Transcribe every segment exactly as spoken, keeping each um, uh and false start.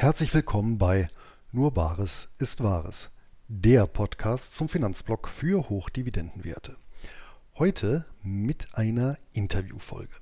Herzlich willkommen bei Nur Bares ist Wahres, der Podcast zum Finanzblock für Hochdividendenwerte. Heute mit einer Interviewfolge.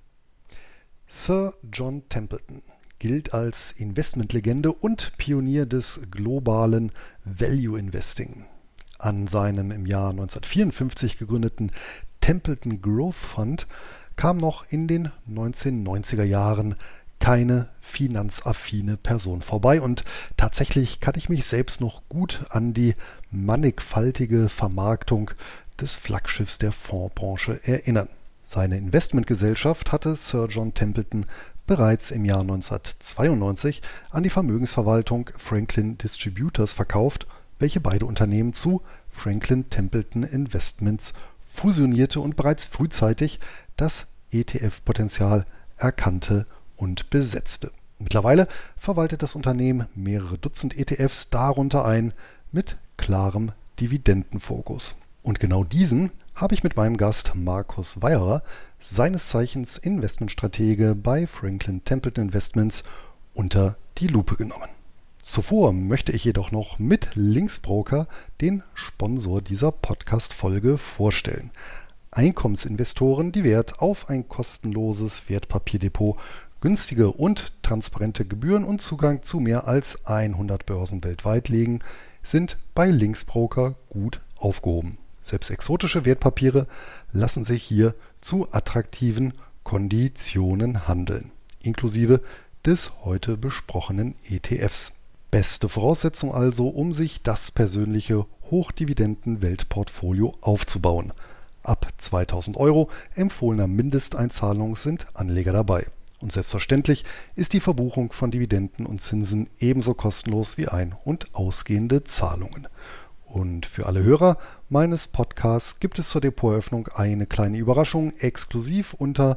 Sir John Templeton gilt als Investmentlegende und Pionier des globalen Value Investing. An seinem im Jahr neunzehnhundertvierundfünfzig gegründeten Templeton Growth Fund kam noch in den neunzehnhundertneunziger Jahren keine finanzaffine Person vorbei und tatsächlich kann ich mich selbst noch gut an die mannigfaltige Vermarktung des Flaggschiffs der Fondsbranche erinnern. Seine Investmentgesellschaft hatte Sir John Templeton bereits im Jahr neunzehnhundertzweiundneunzig an die Vermögensverwaltung Franklin Distributors verkauft, welche beide Unternehmen zu Franklin Templeton Investments fusionierte und bereits frühzeitig das E T F-Potenzial erkannte und besetzte. Mittlerweile verwaltet das Unternehmen mehrere Dutzend E T Fs, darunter ein mit klarem Dividendenfokus. Und genau diesen habe ich mit meinem Gast Markus Weierer, seines Zeichens Investmentstratege bei Franklin Templeton Investments, unter die Lupe genommen. Zuvor möchte ich jedoch noch mit Linksbroker den Sponsor dieser Podcast-Folge vorstellen. Einkommensinvestoren, die Wert auf ein kostenloses Wertpapierdepot, günstige und transparente Gebühren und Zugang zu mehr als hundert Börsen weltweit legen, sind bei Linksbroker gut aufgehoben. Selbst exotische Wertpapiere lassen sich hier zu attraktiven Konditionen handeln, inklusive des heute besprochenen E T Fs. Beste Voraussetzung also, um sich das persönliche Hochdividenden-Weltportfolio aufzubauen. Ab zweitausend Euro empfohlener Mindesteinzahlung sind Anleger dabei. Und selbstverständlich ist die Verbuchung von Dividenden und Zinsen ebenso kostenlos wie ein- und ausgehende Zahlungen. Und für alle Hörer meines Podcasts gibt es zur Depoteröffnung eine kleine Überraschung exklusiv unter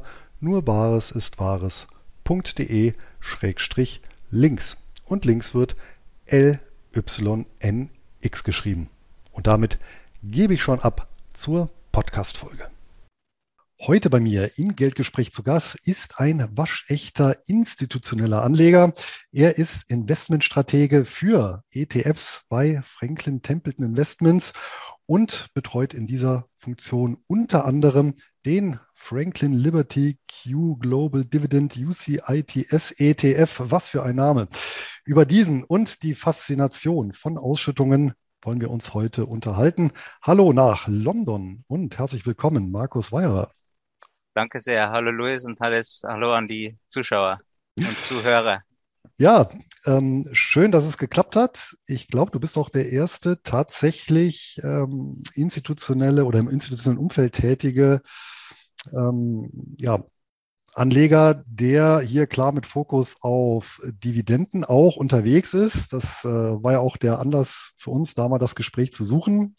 nurbaresistwahres.de Schrägstrich links. Und links wird L Y N X geschrieben. Und damit gebe ich schon ab zur Podcast-Folge. Heute bei mir im Geldgespräch zu Gast ist ein waschechter institutioneller Anleger. Er ist Investmentstratege für E T Fs bei Franklin Templeton Investments und betreut in dieser Funktion unter anderem den Franklin Liberty Q Global Dividend U C I T S E T F. Was für ein Name. Über diesen und die Faszination von Ausschüttungen wollen wir uns heute unterhalten. Hallo nach London und herzlich willkommen, Markus Weierer. Danke sehr. Hallo Luis und alles, hallo an die Zuschauer und Zuhörer. Ja, ähm, schön, dass es geklappt hat. Ich glaube, du bist auch der erste tatsächlich ähm, institutionelle oder im institutionellen Umfeld tätige ähm, ja, Anleger, der hier klar mit Fokus auf Dividenden auch unterwegs ist. Das äh, war ja auch der Anlass für uns, da mal das Gespräch zu suchen.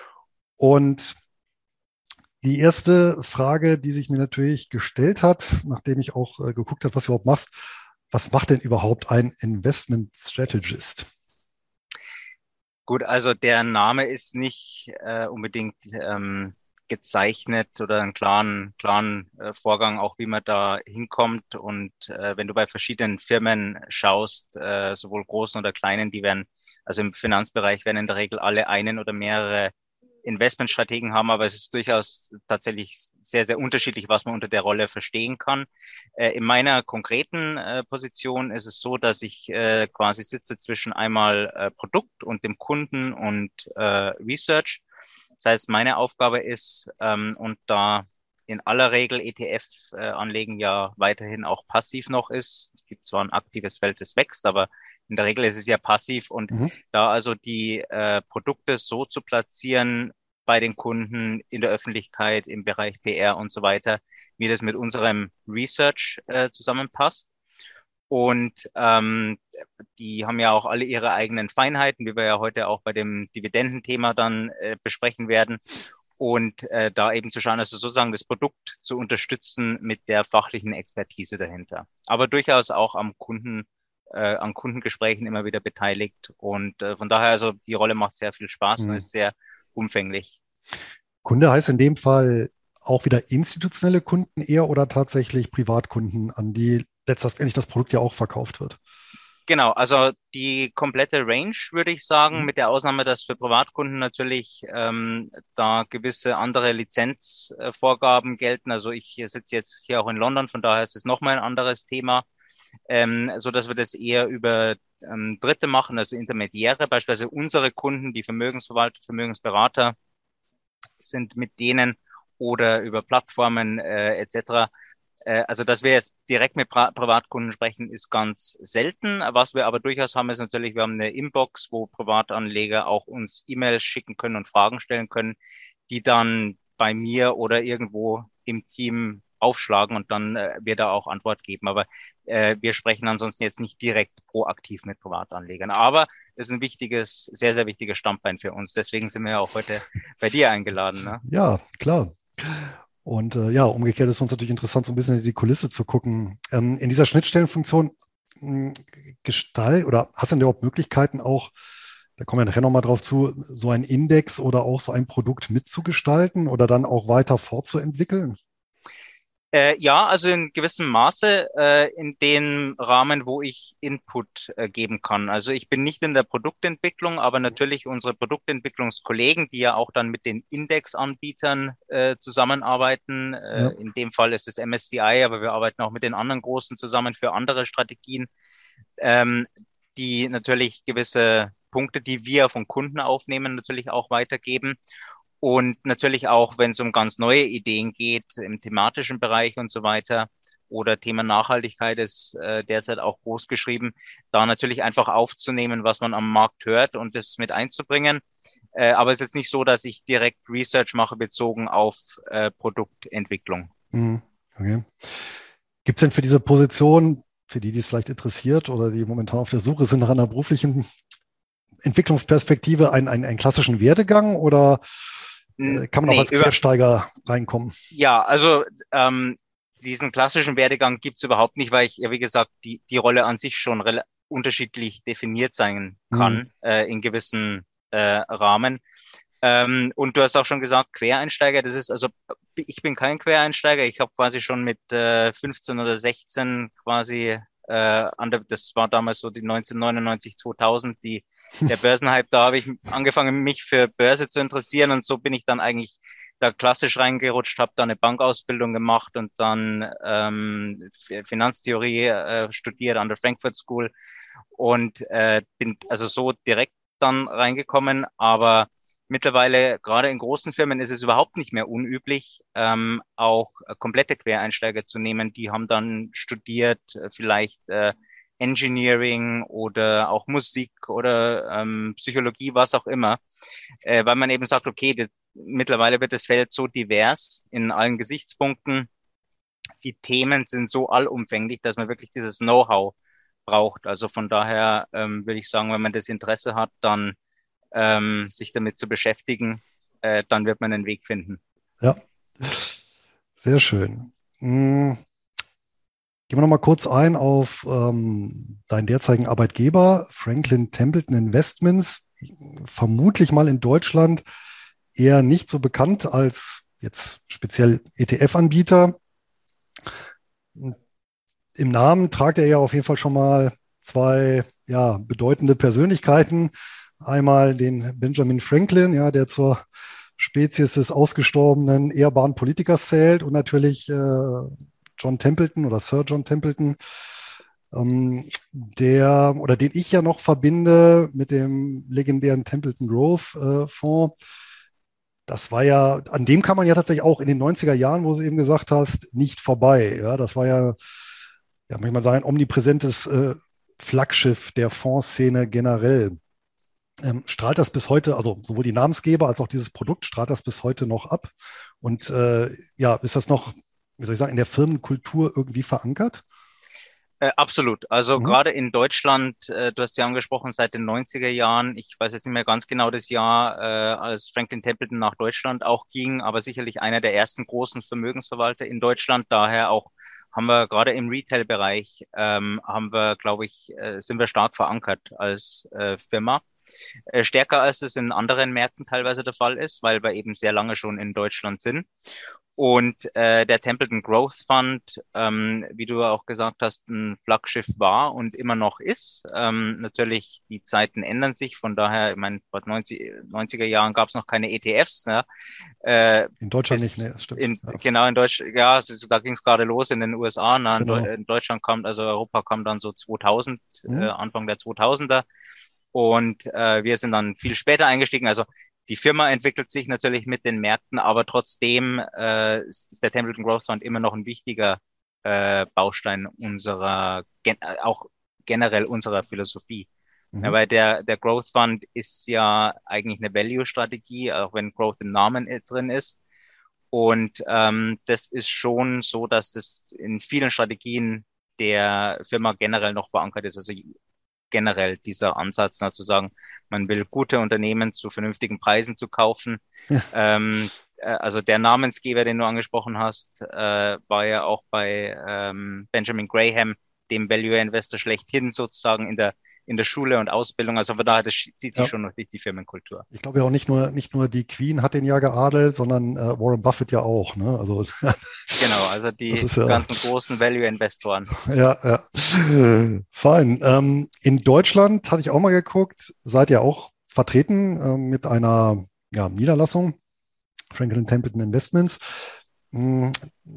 Und die erste Frage, die sich mir natürlich gestellt hat, nachdem ich auch äh, geguckt habe, was du überhaupt machst, was macht denn überhaupt ein Investment Strategist? Gut, also der Name ist nicht äh, unbedingt ähm, gezeichnet oder einen klaren, klaren äh, Vorgang, auch wie man da hinkommt. Und äh, wenn du bei verschiedenen Firmen schaust, äh, sowohl großen oder kleinen, die werden, also im Finanzbereich werden in der Regel alle einen oder mehrere Investmentstrategen haben, aber es ist durchaus tatsächlich sehr, sehr unterschiedlich, was man unter der Rolle verstehen kann. Äh, in meiner konkreten äh, Position ist es so, dass ich äh, quasi sitze zwischen einmal äh, Produkt und dem Kunden und äh, Research. Das heißt, meine Aufgabe ist, ähm, und da in aller Regel E T F-Anlegen äh, ja weiterhin auch passiv noch ist. Es gibt zwar ein aktives Feld, das wächst, aber in der Regel ist es ja passiv und mhm. da also die äh, Produkte so zu platzieren bei den Kunden, in der Öffentlichkeit, im Bereich P R und so weiter, wie das mit unserem Research äh, zusammenpasst. Und ähm, die haben ja auch alle ihre eigenen Feinheiten, wie wir ja heute auch bei dem Dividendenthema dann äh, besprechen werden. Und äh, da eben zu schauen, also sozusagen das Produkt zu unterstützen mit der fachlichen Expertise dahinter. Aber durchaus auch am Kunden, äh, an Kundengesprächen immer wieder beteiligt. Und äh, von daher, also die Rolle macht sehr viel Spaß mhm. und ist sehr umfänglich. Kunde heißt in dem Fall auch wieder institutionelle Kunden eher oder tatsächlich Privatkunden, an die letztendlich das Produkt ja auch verkauft wird? Genau, also die komplette Range würde ich sagen, Mhm. mit der Ausnahme, dass für Privatkunden natürlich ähm, da gewisse andere Lizenzvorgaben gelten. Also ich sitze jetzt hier auch in London, von daher ist es nochmal ein anderes Thema, ähm, so dass wir das eher über ähm, Dritte machen, also Intermediäre, beispielsweise unsere Kunden, die Vermögensverwalter, Vermögensberater sind mit denen oder über Plattformen äh, et cetera. Äh, also, dass wir jetzt direkt mit Pri Privatkunden sprechen, ist ganz selten. Was wir aber durchaus haben, ist natürlich, wir haben eine Inbox, wo Privatanleger auch uns E-Mails schicken können und Fragen stellen können, die dann bei mir oder irgendwo im Team aufschlagen und dann äh, wir da auch Antwort geben. Aber äh, wir sprechen ansonsten jetzt nicht direkt proaktiv mit Privatanlegern. Aber es ist ein wichtiges, sehr, sehr wichtiges Standbein für uns. Deswegen sind wir ja auch heute bei dir eingeladen, ne? Ja, klar. Und äh, ja, umgekehrt ist für uns natürlich interessant, so ein bisschen in die Kulisse zu gucken. Ähm, in dieser Schnittstellenfunktion mh, Gestalt oder hast du denn überhaupt Möglichkeiten auch, da kommen wir nachher nochmal drauf zu, so einen Index oder auch so ein Produkt mitzugestalten oder dann auch weiter fortzuentwickeln? Äh, ja, also in gewissem Maße, äh, in dem Rahmen, wo ich Input äh, geben kann. Also ich bin nicht in der Produktentwicklung, aber natürlich unsere Produktentwicklungskollegen, die ja auch dann mit den Index-Anbietern äh, zusammenarbeiten. Äh, Ja. in dem Fall ist es M S C I, aber wir arbeiten auch mit den anderen Großen zusammen für andere Strategien, ähm, die natürlich gewisse Punkte, die wir von Kunden aufnehmen, natürlich auch weitergeben. Und natürlich auch, wenn es um ganz neue Ideen geht, im thematischen Bereich und so weiter, oder Thema Nachhaltigkeit ist äh, derzeit auch groß geschrieben, da natürlich einfach aufzunehmen, was man am Markt hört und das mit einzubringen. Äh, aber es ist jetzt nicht so, dass ich direkt Research mache bezogen auf äh, Produktentwicklung. Mhm. Okay. Gibt es denn für diese Position, für die, die es vielleicht interessiert oder die momentan auf der Suche sind nach einer beruflichen Entwicklungsperspektive, einen, einen, einen klassischen Werdegang oder N äh, kann man auch nee, als über, Quersteiger reinkommen? ja, also ähm, diesen klassischen Werdegang gibt's überhaupt nicht, weil ich ja, wie gesagt, die, die Rolle an sich schon rela- unterschiedlich definiert sein Mhm. kann äh, in gewissen äh, Rahmen. Ähm, und du hast auch schon gesagt, Quereinsteiger, das ist also, ich bin kein Quereinsteiger, ich habe quasi schon mit äh, fünfzehn oder sechzehn quasi, äh, an der, das war damals so die neunzehnhundertneunundneunzig, zweitausend, die, der Börsenhype, da habe ich angefangen, mich für Börse zu interessieren und so bin ich dann eigentlich da klassisch reingerutscht, habe da eine Bankausbildung gemacht und dann ähm, Finanztheorie äh, studiert an der Frankfurt School und äh, bin also so direkt dann reingekommen, aber mittlerweile, gerade in großen Firmen, ist es überhaupt nicht mehr unüblich, ähm, auch äh, komplette Quereinsteiger zu nehmen. Die haben dann studiert, äh, vielleicht äh, Engineering oder auch Musik oder ähm, Psychologie, was auch immer, äh, weil man eben sagt, okay, das, mittlerweile wird das Feld so divers in allen Gesichtspunkten. Die Themen sind so allumfänglich, dass man wirklich dieses Know-how braucht. Also von daher ähm, würde ich sagen, wenn man das Interesse hat, dann ähm, sich damit zu beschäftigen, äh, dann wird man einen Weg finden. Ja, sehr schön. Mhm. Gehen wir noch mal kurz ein auf ähm, deinen derzeitigen Arbeitgeber, Franklin Templeton Investments. Vermutlich mal in Deutschland eher nicht so bekannt als jetzt speziell E T F-Anbieter. Im Namen tragt er ja auf jeden Fall schon mal zwei ja, bedeutende Persönlichkeiten. Einmal den Benjamin Franklin, ja, der zur Spezies des ausgestorbenen ehrbaren Politikers zählt und natürlich äh, John Templeton oder Sir John Templeton, ähm, der oder den ich ja noch verbinde mit dem legendären Templeton Grove äh, Fonds. Das war ja, an dem kann man ja tatsächlich auch in den neunziger Jahren, wo du eben gesagt hast, nicht vorbei. Ja, das war ja, ja, manchmal sagen, ein omnipräsentes äh, Flaggschiff der Fondsszene generell. Ähm, strahlt das bis heute, also sowohl die Namensgeber als auch dieses Produkt, strahlt das bis heute noch ab? Und äh, ja, ist das noch, wie soll ich sagen, in der Firmenkultur irgendwie verankert? Äh, absolut. Also Mhm. gerade in Deutschland, äh, du hast ja angesprochen, seit den neunziger Jahren, ich weiß jetzt nicht mehr ganz genau das Jahr, äh, als Franklin Templeton nach Deutschland auch ging, aber sicherlich einer der ersten großen Vermögensverwalter in Deutschland. Daher auch haben wir gerade im Retail-Bereich, ähm, haben wir, glaube ich, äh, sind wir stark verankert als äh, Firma. Äh, stärker als es in anderen Märkten teilweise der Fall ist, weil wir eben sehr lange schon in Deutschland sind. Und äh, der Templeton Growth Fund, ähm, wie du auch gesagt hast, ein Flaggschiff war und immer noch ist. Ähm, natürlich, die Zeiten ändern sich. Von daher, ich meine, vor neunzig, neunziger Jahren gab es noch keine E T Fs. Ne? Äh, In Deutschland nicht, bis nee, das stimmt. in, Ja. genau in Deutschland, ja, also, da ging es gerade los in den U S A. Ne? In, Deu Genau. in Deutschland kam, also Europa kam dann so zweitausend, äh, Hm? Anfang der zweitausender. Und äh, wir sind dann viel später eingestiegen. Also die Firma entwickelt sich natürlich mit den Märkten, aber trotzdem äh, ist ist der Templeton Growth Fund immer noch ein wichtiger äh, Baustein unserer, gen äh, auch generell unserer Philosophie. Ja, Mhm. weil der, der Growth Fund ist ja eigentlich eine Value-Strategie, auch wenn Growth im Namen äh, drin ist. Und ähm, das ist schon so, dass das in vielen Strategien der Firma generell noch verankert ist. Also generell dieser Ansatz, na, zu sagen, man will gute Unternehmen zu vernünftigen Preisen zu kaufen. Ja, Ähm, äh, also der Namensgeber, den du angesprochen hast, äh, war ja auch bei ähm, Benjamin Graham, dem Value Investor schlechthin sozusagen in der in der Schule und Ausbildung. Also von daher, das zieht sich ja. schon durch die Firmenkultur. Ich glaube ja auch nicht nur, nicht nur die Queen hat den ja geadelt, sondern äh, Warren Buffett ja auch. Ne? Also Genau, also das die ist ja, ganzen großen Value-Investoren. ja, ja. Fein. Ähm, in Deutschland hatte ich auch mal geguckt, seid ihr auch vertreten ähm, mit einer ja, Niederlassung, Franklin Templeton Investments. Mm,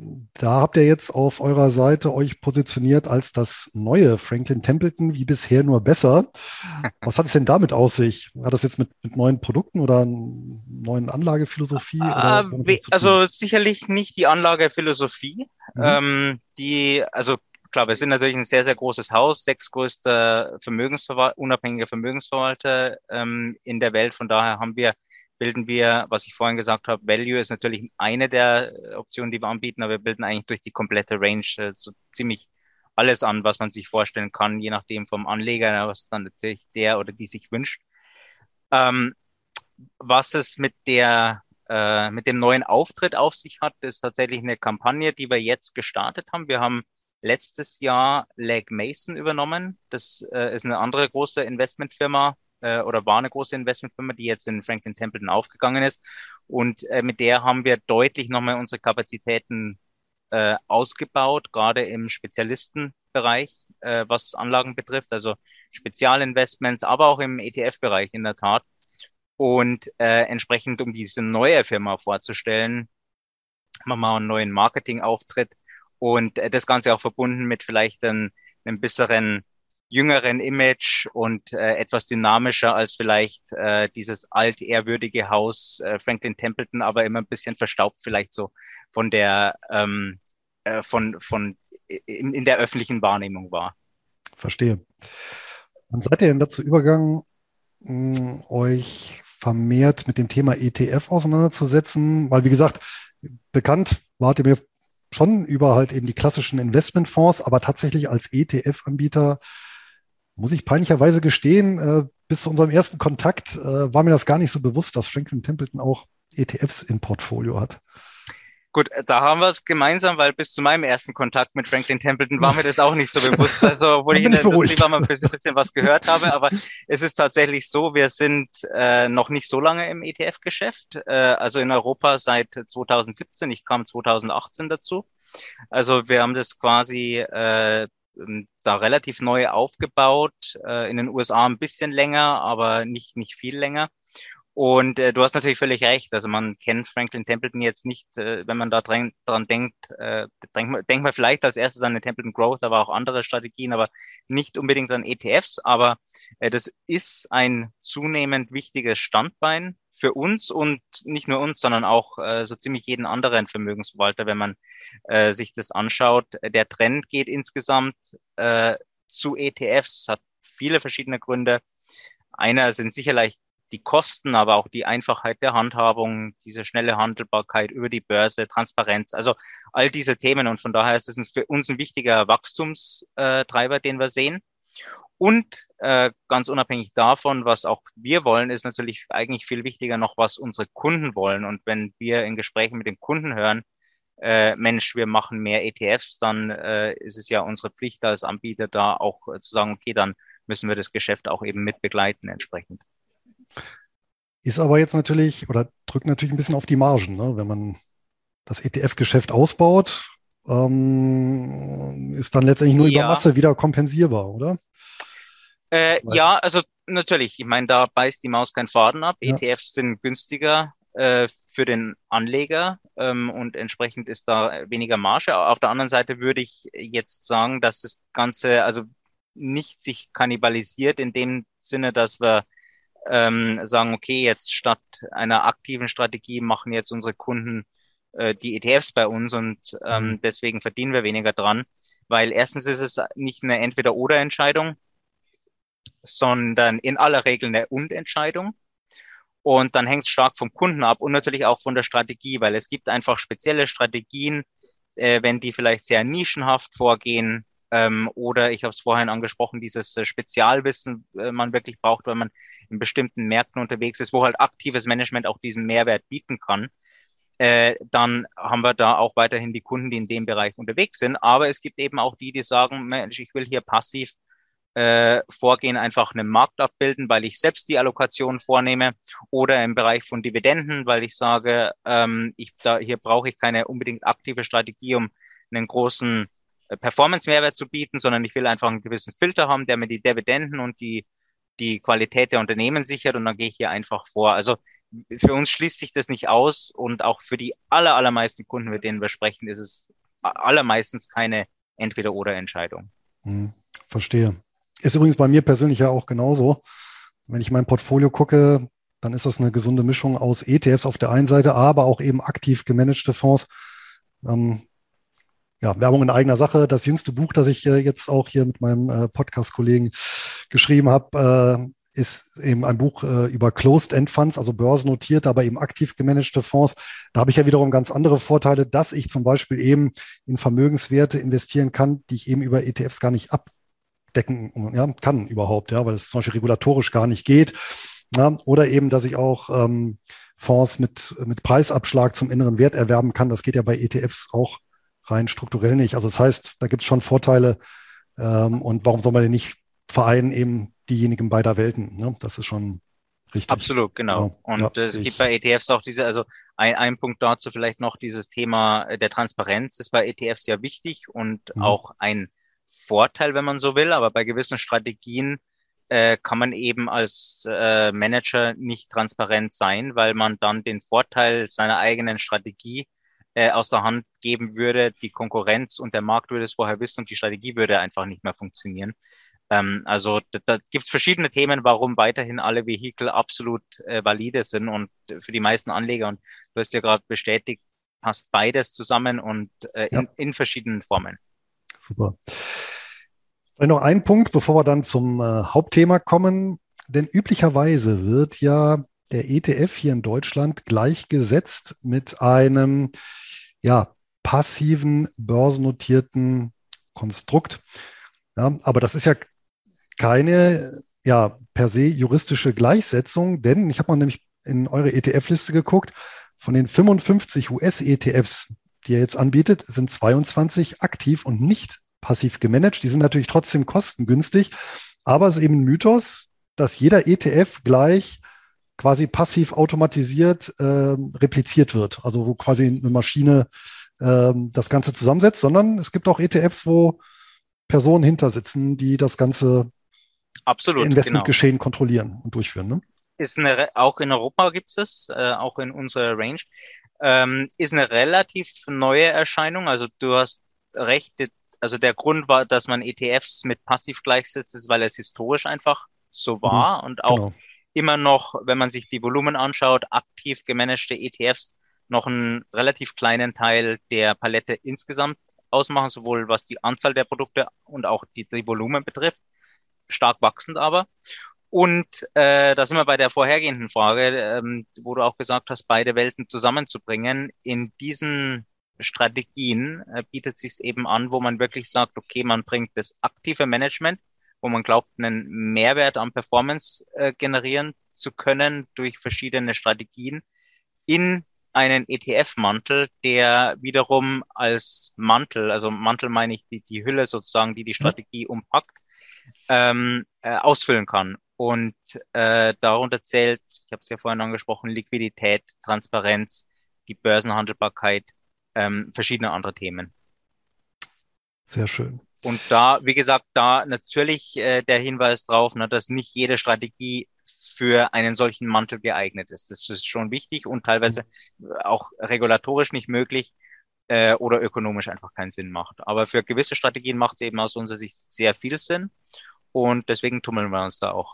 Da habt ihr jetzt auf eurer Seite euch positioniert als das neue Franklin Templeton, wie bisher nur besser. Was hat es denn damit auf sich? Hat das jetzt mit, mit neuen Produkten oder einer neuen Anlagephilosophie oder Äh, womit hat we- das zu tun? also sicherlich nicht die Anlagephilosophie. Mhm. Ähm, die, also klar, wir sind natürlich ein sehr, sehr großes Haus, sechstgrößter Vermögensverwalter, unabhängiger Vermögensverwalter ähm, in der Welt. Von daher haben wir, bilden wir, was ich vorhin gesagt habe, Value ist natürlich eine der Optionen, die wir anbieten, aber wir bilden eigentlich durch die komplette Range äh, so ziemlich alles an, was man sich vorstellen kann, je nachdem vom Anleger, was dann natürlich der oder die sich wünscht. Ähm, was es mit der, äh, mit dem neuen Auftritt auf sich hat, ist tatsächlich eine Kampagne, die wir jetzt gestartet haben. Wir haben letztes Jahr Legg Mason übernommen. Das äh, ist eine andere große Investmentfirma äh, oder war eine große Investmentfirma, die jetzt in Franklin Templeton aufgegangen ist. Und äh, mit der haben wir deutlich nochmal unsere Kapazitäten äh, ausgebaut, gerade im Spezialistenbereich, äh, was Anlagen betrifft, also Spezialinvestments, aber auch im E T F-Bereich in der Tat. Und äh, entsprechend, um diese neue Firma vorzustellen, machen wir mal einen neuen Marketingauftritt und äh, das Ganze auch verbunden mit vielleicht einem, einem besseren, jüngeren Image und äh, etwas dynamischer als vielleicht äh, dieses altehrwürdige Haus äh, Franklin Templeton, aber immer ein bisschen verstaubt vielleicht so von der ähm, äh, von von in, in der öffentlichen Wahrnehmung war. Verstehe. Wann seid ihr denn dazu übergegangen, mh, euch vermehrt mit dem Thema E T F auseinanderzusetzen? Weil, wie gesagt, bekannt wart ihr mir schon über halt eben die klassischen Investmentfonds, aber tatsächlich als E T F-Anbieter, muss ich peinlicherweise gestehen, äh, bis zu unserem ersten Kontakt äh, war mir das gar nicht so bewusst, dass Franklin Templeton auch E T Fs im Portfolio hat. Gut, da haben wir es gemeinsam, weil bis zu meinem ersten Kontakt mit Franklin Templeton war mir das auch nicht so bewusst. Also, obwohl Dann ich bin in ich der Industrie beruhigt. war, mal ein bisschen was gehört habe, aber es ist tatsächlich so, wir sind äh, noch nicht so lange im E T F-Geschäft, äh, also in Europa seit zweitausendsiebzehn. Ich kam zweitausendachtzehn dazu. Also wir haben das quasi äh, da relativ neu aufgebaut, äh, in den U S A ein bisschen länger, aber nicht nicht viel länger. Und äh, du hast natürlich völlig recht. Also man kennt Franklin Templeton jetzt nicht, äh, wenn man da dran, dran denkt, äh, denkt man, denkt man vielleicht als erstes an den Templeton Growth, aber auch andere Strategien, aber nicht unbedingt an E T Fs. Aber äh, das ist ein zunehmend wichtiges Standbein für uns und nicht nur uns, sondern auch äh, so ziemlich jeden anderen Vermögensverwalter, wenn man äh, sich das anschaut. Der Trend geht insgesamt äh, zu E T Fs, hat viele verschiedene Gründe. Einer sind sicherlich die Kosten, aber auch die Einfachheit der Handhabung, diese schnelle Handelbarkeit über die Börse, Transparenz, also all diese Themen. Und von daher ist es ein, für uns ein wichtiger Wachstumstreiber, den wir sehen. Und äh, ganz unabhängig davon, was auch wir wollen, ist natürlich eigentlich viel wichtiger noch, was unsere Kunden wollen. Und wenn wir in Gesprächen mit den Kunden hören, äh, Mensch, wir machen mehr E T Fs, dann äh, ist es ja unsere Pflicht als Anbieter da auch äh, zu sagen, okay, dann müssen wir das Geschäft auch eben mit begleiten entsprechend. Ist aber jetzt natürlich oder drückt natürlich ein bisschen auf die Margen, ne? Wenn man das E T F-Geschäft ausbaut, ähm, ist dann letztendlich nur über Ja, Masse wieder kompensierbar, oder? äh, Weit. ja, also natürlich, ich meine, da beißt die Maus keinen Faden ab. Ja. E T Fs sind günstiger äh, für den Anleger ähm, und entsprechend ist da weniger Marge. Auf der anderen Seite würde ich jetzt sagen, dass das Ganze also nicht sich kannibalisiert in dem Sinne, dass wir ähm, sagen, okay, jetzt statt einer aktiven Strategie machen jetzt unsere Kunden äh, die E T Fs bei uns und Hm. ähm, deswegen verdienen wir weniger dran, weil erstens ist es nicht eine Entweder-oder-Entscheidung, sondern in aller Regel eine Und-Entscheidung. Und dann hängt es stark vom Kunden ab und natürlich auch von der Strategie, weil es gibt einfach spezielle Strategien, äh, wenn die vielleicht sehr nischenhaft vorgehen, ähm, oder ich habe es vorhin angesprochen, dieses äh, Spezialwissen äh, man wirklich braucht, weil man in bestimmten Märkten unterwegs ist, wo halt aktives Management auch diesen Mehrwert bieten kann. Äh, dann haben wir da auch weiterhin die Kunden, die in dem Bereich unterwegs sind. Aber es gibt eben auch die, die sagen, Mensch, ich will hier passiv äh, Vorgehen einfach einen Markt abbilden, weil ich selbst die Allokation vornehme oder im Bereich von Dividenden, weil ich sage, ähm, ich, da, hier brauche ich keine unbedingt aktive Strategie, um einen großen äh, Performance-Mehrwert zu bieten, sondern ich will einfach einen gewissen Filter haben, der mir die Dividenden und die, die Qualität der Unternehmen sichert und dann gehe ich hier einfach vor. Also für uns schließt sich das nicht aus und auch für die aller, allermeisten Kunden, mit denen wir sprechen, ist es allermeistens keine Entweder-oder-Entscheidung. Hm. Verstehe. Ist übrigens bei mir persönlich ja auch genauso. Wenn ich mein Portfolio gucke, dann ist das eine gesunde Mischung aus E T Fs auf der einen Seite, aber auch eben aktiv gemanagte Fonds. Ähm, ja, Werbung in eigener Sache. Das jüngste Buch, das ich äh, jetzt auch hier mit meinem äh, Podcast-Kollegen geschrieben habe, äh, ist eben ein Buch äh, über Closed-End-Funds, also börsennotiert, aber eben aktiv gemanagte Fonds. Da habe ich ja wiederum ganz andere Vorteile, dass ich zum Beispiel eben in Vermögenswerte investieren kann, die ich eben über E T Fs gar nicht abdecken ja, kann überhaupt, ja, weil es zum Beispiel regulatorisch gar nicht geht. Ja, oder eben, dass ich auch ähm, Fonds mit, mit Preisabschlag zum inneren Wert erwerben kann. Das geht ja bei E T Fs auch rein strukturell nicht. Also das heißt, da gibt es schon Vorteile. Ähm, und warum soll man denn nicht vereinen eben diejenigen beider Welten? Ne? Das ist schon richtig. Absolut, genau. Genau. Ja, Und äh, es sehe gibt bei ich. E T Fs auch diese, also ein, ein Punkt dazu vielleicht noch dieses Thema äh, der Transparenz ist bei E T Fs ja wichtig und Mhm. auch ein Vorteil, wenn man so will. Aber bei gewissen Strategien äh, kann man eben als äh, Manager nicht transparent sein, weil man dann den Vorteil seiner eigenen Strategie äh, aus der Hand geben würde. Die Konkurrenz und der Markt würde es vorher wissen und die Strategie würde einfach nicht mehr funktionieren. Ähm, also da, da gibt es verschiedene Themen, warum weiterhin alle Vehikel absolut äh, valide sind und äh, für die meisten Anleger, und du hast ja gerade bestätigt, passt beides zusammen und äh, Ja, in, in verschiedenen Formen. super. Vielleicht noch ein Punkt, bevor wir dann zum äh, Hauptthema kommen. Denn üblicherweise wird ja der E T F hier in Deutschland gleichgesetzt mit einem ja, passiven, börsennotierten Konstrukt. Ja, aber das ist ja keine ja, per se juristische Gleichsetzung, denn ich habe mal nämlich in eure E T F-Liste geguckt. Von den fünfundfünfzig U S-E T Fs, die ihr jetzt anbietet, sind zweiundzwanzig aktiv und nicht passiv gemanagt. Die sind natürlich trotzdem kostengünstig, aber es ist eben ein Mythos, dass jeder E T F gleich quasi passiv automatisiert ähm, repliziert wird, also wo quasi eine Maschine ähm, das Ganze zusammensetzt, sondern es gibt auch E T Fs, wo Personen hinter sitzen, die das ganze Absolut, genau. Investmentgeschehen kontrollieren und durchführen. Ne? Ist eine, auch in Europa gibt's das, äh, auch in unserer Range. Ähm, ist eine relativ neue Erscheinung. Also du hast recht, also der Grund war, dass man E T Fs mit passiv gleichsetzt, ist, weil es historisch einfach so Mhm. war und auch Genau. immer noch, wenn man sich die Volumen anschaut, aktiv gemanagte E T Fs noch einen relativ kleinen Teil der Palette insgesamt ausmachen, sowohl was die Anzahl der Produkte und auch die, die Volumen betrifft. Stark wachsend aber. Und äh, da sind wir bei der vorhergehenden Frage, ähm, wo du auch gesagt hast, beide Welten zusammenzubringen. In diesen Strategien äh, bietet sich eben an, wo man wirklich sagt, okay, man bringt das aktive Management, wo man glaubt, einen Mehrwert an Performance äh, generieren zu können durch verschiedene Strategien in einen E T F-Mantel, der wiederum als Mantel, also Mantel meine ich die, die Hülle sozusagen, die die Ja. Strategie umpackt, ähm, äh, ausfüllen kann. Und äh, darunter zählt, ich habe es ja vorhin angesprochen, Liquidität, Transparenz, die Börsenhandelbarkeit ähm, verschiedene andere Themen. Sehr schön. Und da, wie gesagt, da natürlich äh, der Hinweis drauf, ne, dass nicht jede Strategie für einen solchen Mantel geeignet ist. Das ist schon wichtig und teilweise auch regulatorisch nicht möglich äh, oder ökonomisch einfach keinen Sinn macht. Aber für gewisse Strategien macht es eben aus unserer Sicht sehr viel Sinn und deswegen tummeln wir uns da auch.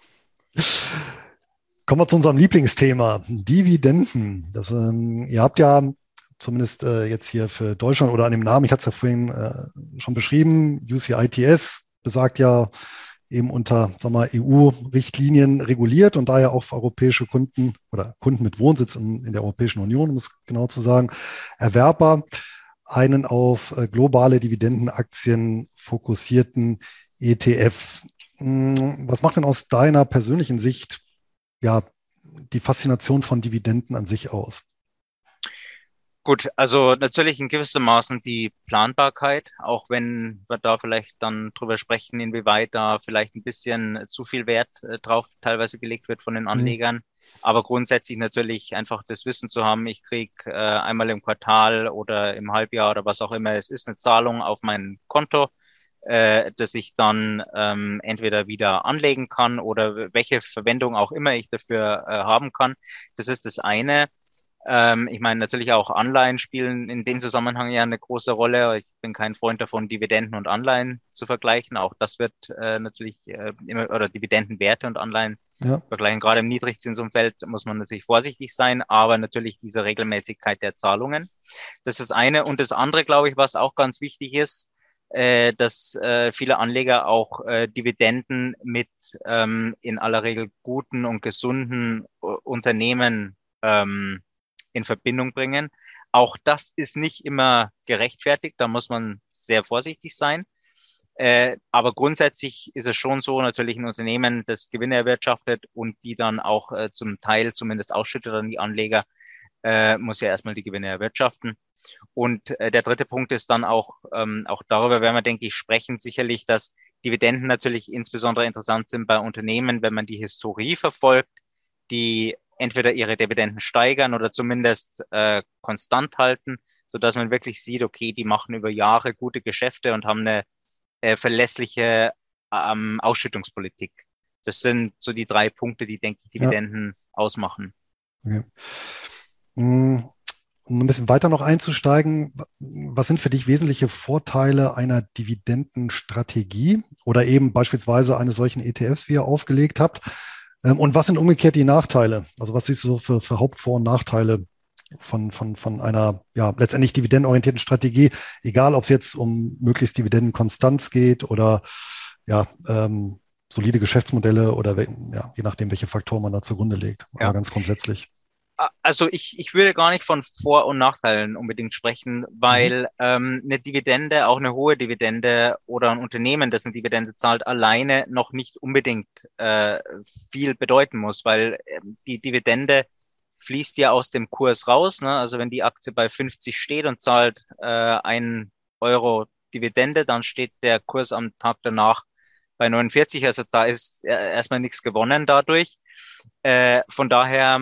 Kommen wir zu unserem Lieblingsthema, Dividenden. Das, ähm, ihr habt ja zumindest äh, jetzt hier für Deutschland oder an dem Namen, ich hatte es ja vorhin äh, schon beschrieben, U C I T S besagt ja eben unter sagen wir, E U-Richtlinien reguliert und daher auch für europäische Kunden oder Kunden mit Wohnsitz in, in der Europäischen Union, um es genau zu sagen, Erwerber einen auf äh, globale Dividendenaktien fokussierten E T F. Hm, was macht denn aus deiner persönlichen Sicht ja die Faszination von Dividenden an sich aus? Gut, also natürlich in gewissem Maßen die Planbarkeit, auch wenn wir da vielleicht dann drüber sprechen, inwieweit da vielleicht ein bisschen zu viel Wert äh, drauf teilweise gelegt wird von den Hm, Anlegern. Aber grundsätzlich natürlich einfach das Wissen zu haben, ich krieg äh, einmal im Quartal oder im Halbjahr oder was auch immer, es ist eine Zahlung auf mein Konto, äh, dass ich dann ähm, entweder wieder anlegen kann oder welche Verwendung auch immer ich dafür äh, haben kann. Das ist das eine. Ähm, ich meine, natürlich auch Anleihen spielen in dem Zusammenhang ja eine große Rolle. Ich bin kein Freund davon, Dividenden und Anleihen zu vergleichen. Auch das wird äh, natürlich äh, immer, oder Dividendenwerte und Anleihen ja, vergleichen. Gerade im Niedrigzinsumfeld muss man natürlich vorsichtig sein, aber natürlich diese Regelmäßigkeit der Zahlungen. Das ist das eine. Und das andere, glaube ich, was auch ganz wichtig ist, äh, dass äh, viele Anleger auch äh, Dividenden mit ähm, in aller Regel guten und gesunden äh, Unternehmen ähm, in Verbindung bringen. Auch das ist nicht immer gerechtfertigt, da muss man sehr vorsichtig sein. Äh, aber grundsätzlich ist es schon so, natürlich ein Unternehmen, das Gewinne erwirtschaftet und die dann auch äh, zum Teil zumindest ausschüttet an die Anleger, äh, muss ja erstmal die Gewinne erwirtschaften. Und äh, der dritte Punkt ist dann auch, ähm, auch darüber werden wir, denke ich, sprechen, sicherlich, dass Dividenden natürlich insbesondere interessant sind bei Unternehmen, wenn man die Historie verfolgt, die entweder ihre Dividenden steigern oder zumindest äh, konstant halten, so dass man wirklich sieht, okay, die machen über Jahre gute Geschäfte und haben eine äh, verlässliche ähm, Ausschüttungspolitik. Das sind so die drei Punkte, die, denke ich, ja, Dividenden ausmachen. okay. Hm, um ein bisschen weiter noch einzusteigen, was sind für dich wesentliche Vorteile einer Dividendenstrategie oder eben beispielsweise eines solchen E T Fs, wie ihr aufgelegt habt? Ähm, Und was sind umgekehrt die Nachteile? Also was siehst du so für, für Hauptvor- und Nachteile von, von, von einer ja, letztendlich dividendenorientierten Strategie, egal ob es jetzt um möglichst Dividendenkonstanz geht oder ja, ähm, solide Geschäftsmodelle oder we- ja, je nachdem, welche Faktoren man da zugrunde legt. Aber Ja. ganz grundsätzlich. Also ich, ich würde gar nicht von Vor- und Nachteilen unbedingt sprechen, Mhm. weil ähm, eine Dividende, auch eine hohe Dividende oder ein Unternehmen, das eine Dividende zahlt, alleine noch nicht unbedingt äh, viel bedeuten muss, weil ähm, die Dividende fließt ja aus dem Kurs raus. Ne? Also wenn die Aktie bei fünfzig steht und zahlt äh, ein Euro Dividende, dann steht der Kurs am Tag danach bei neunundvierzig. Also da ist äh, erstmal nichts gewonnen dadurch. Äh, von daher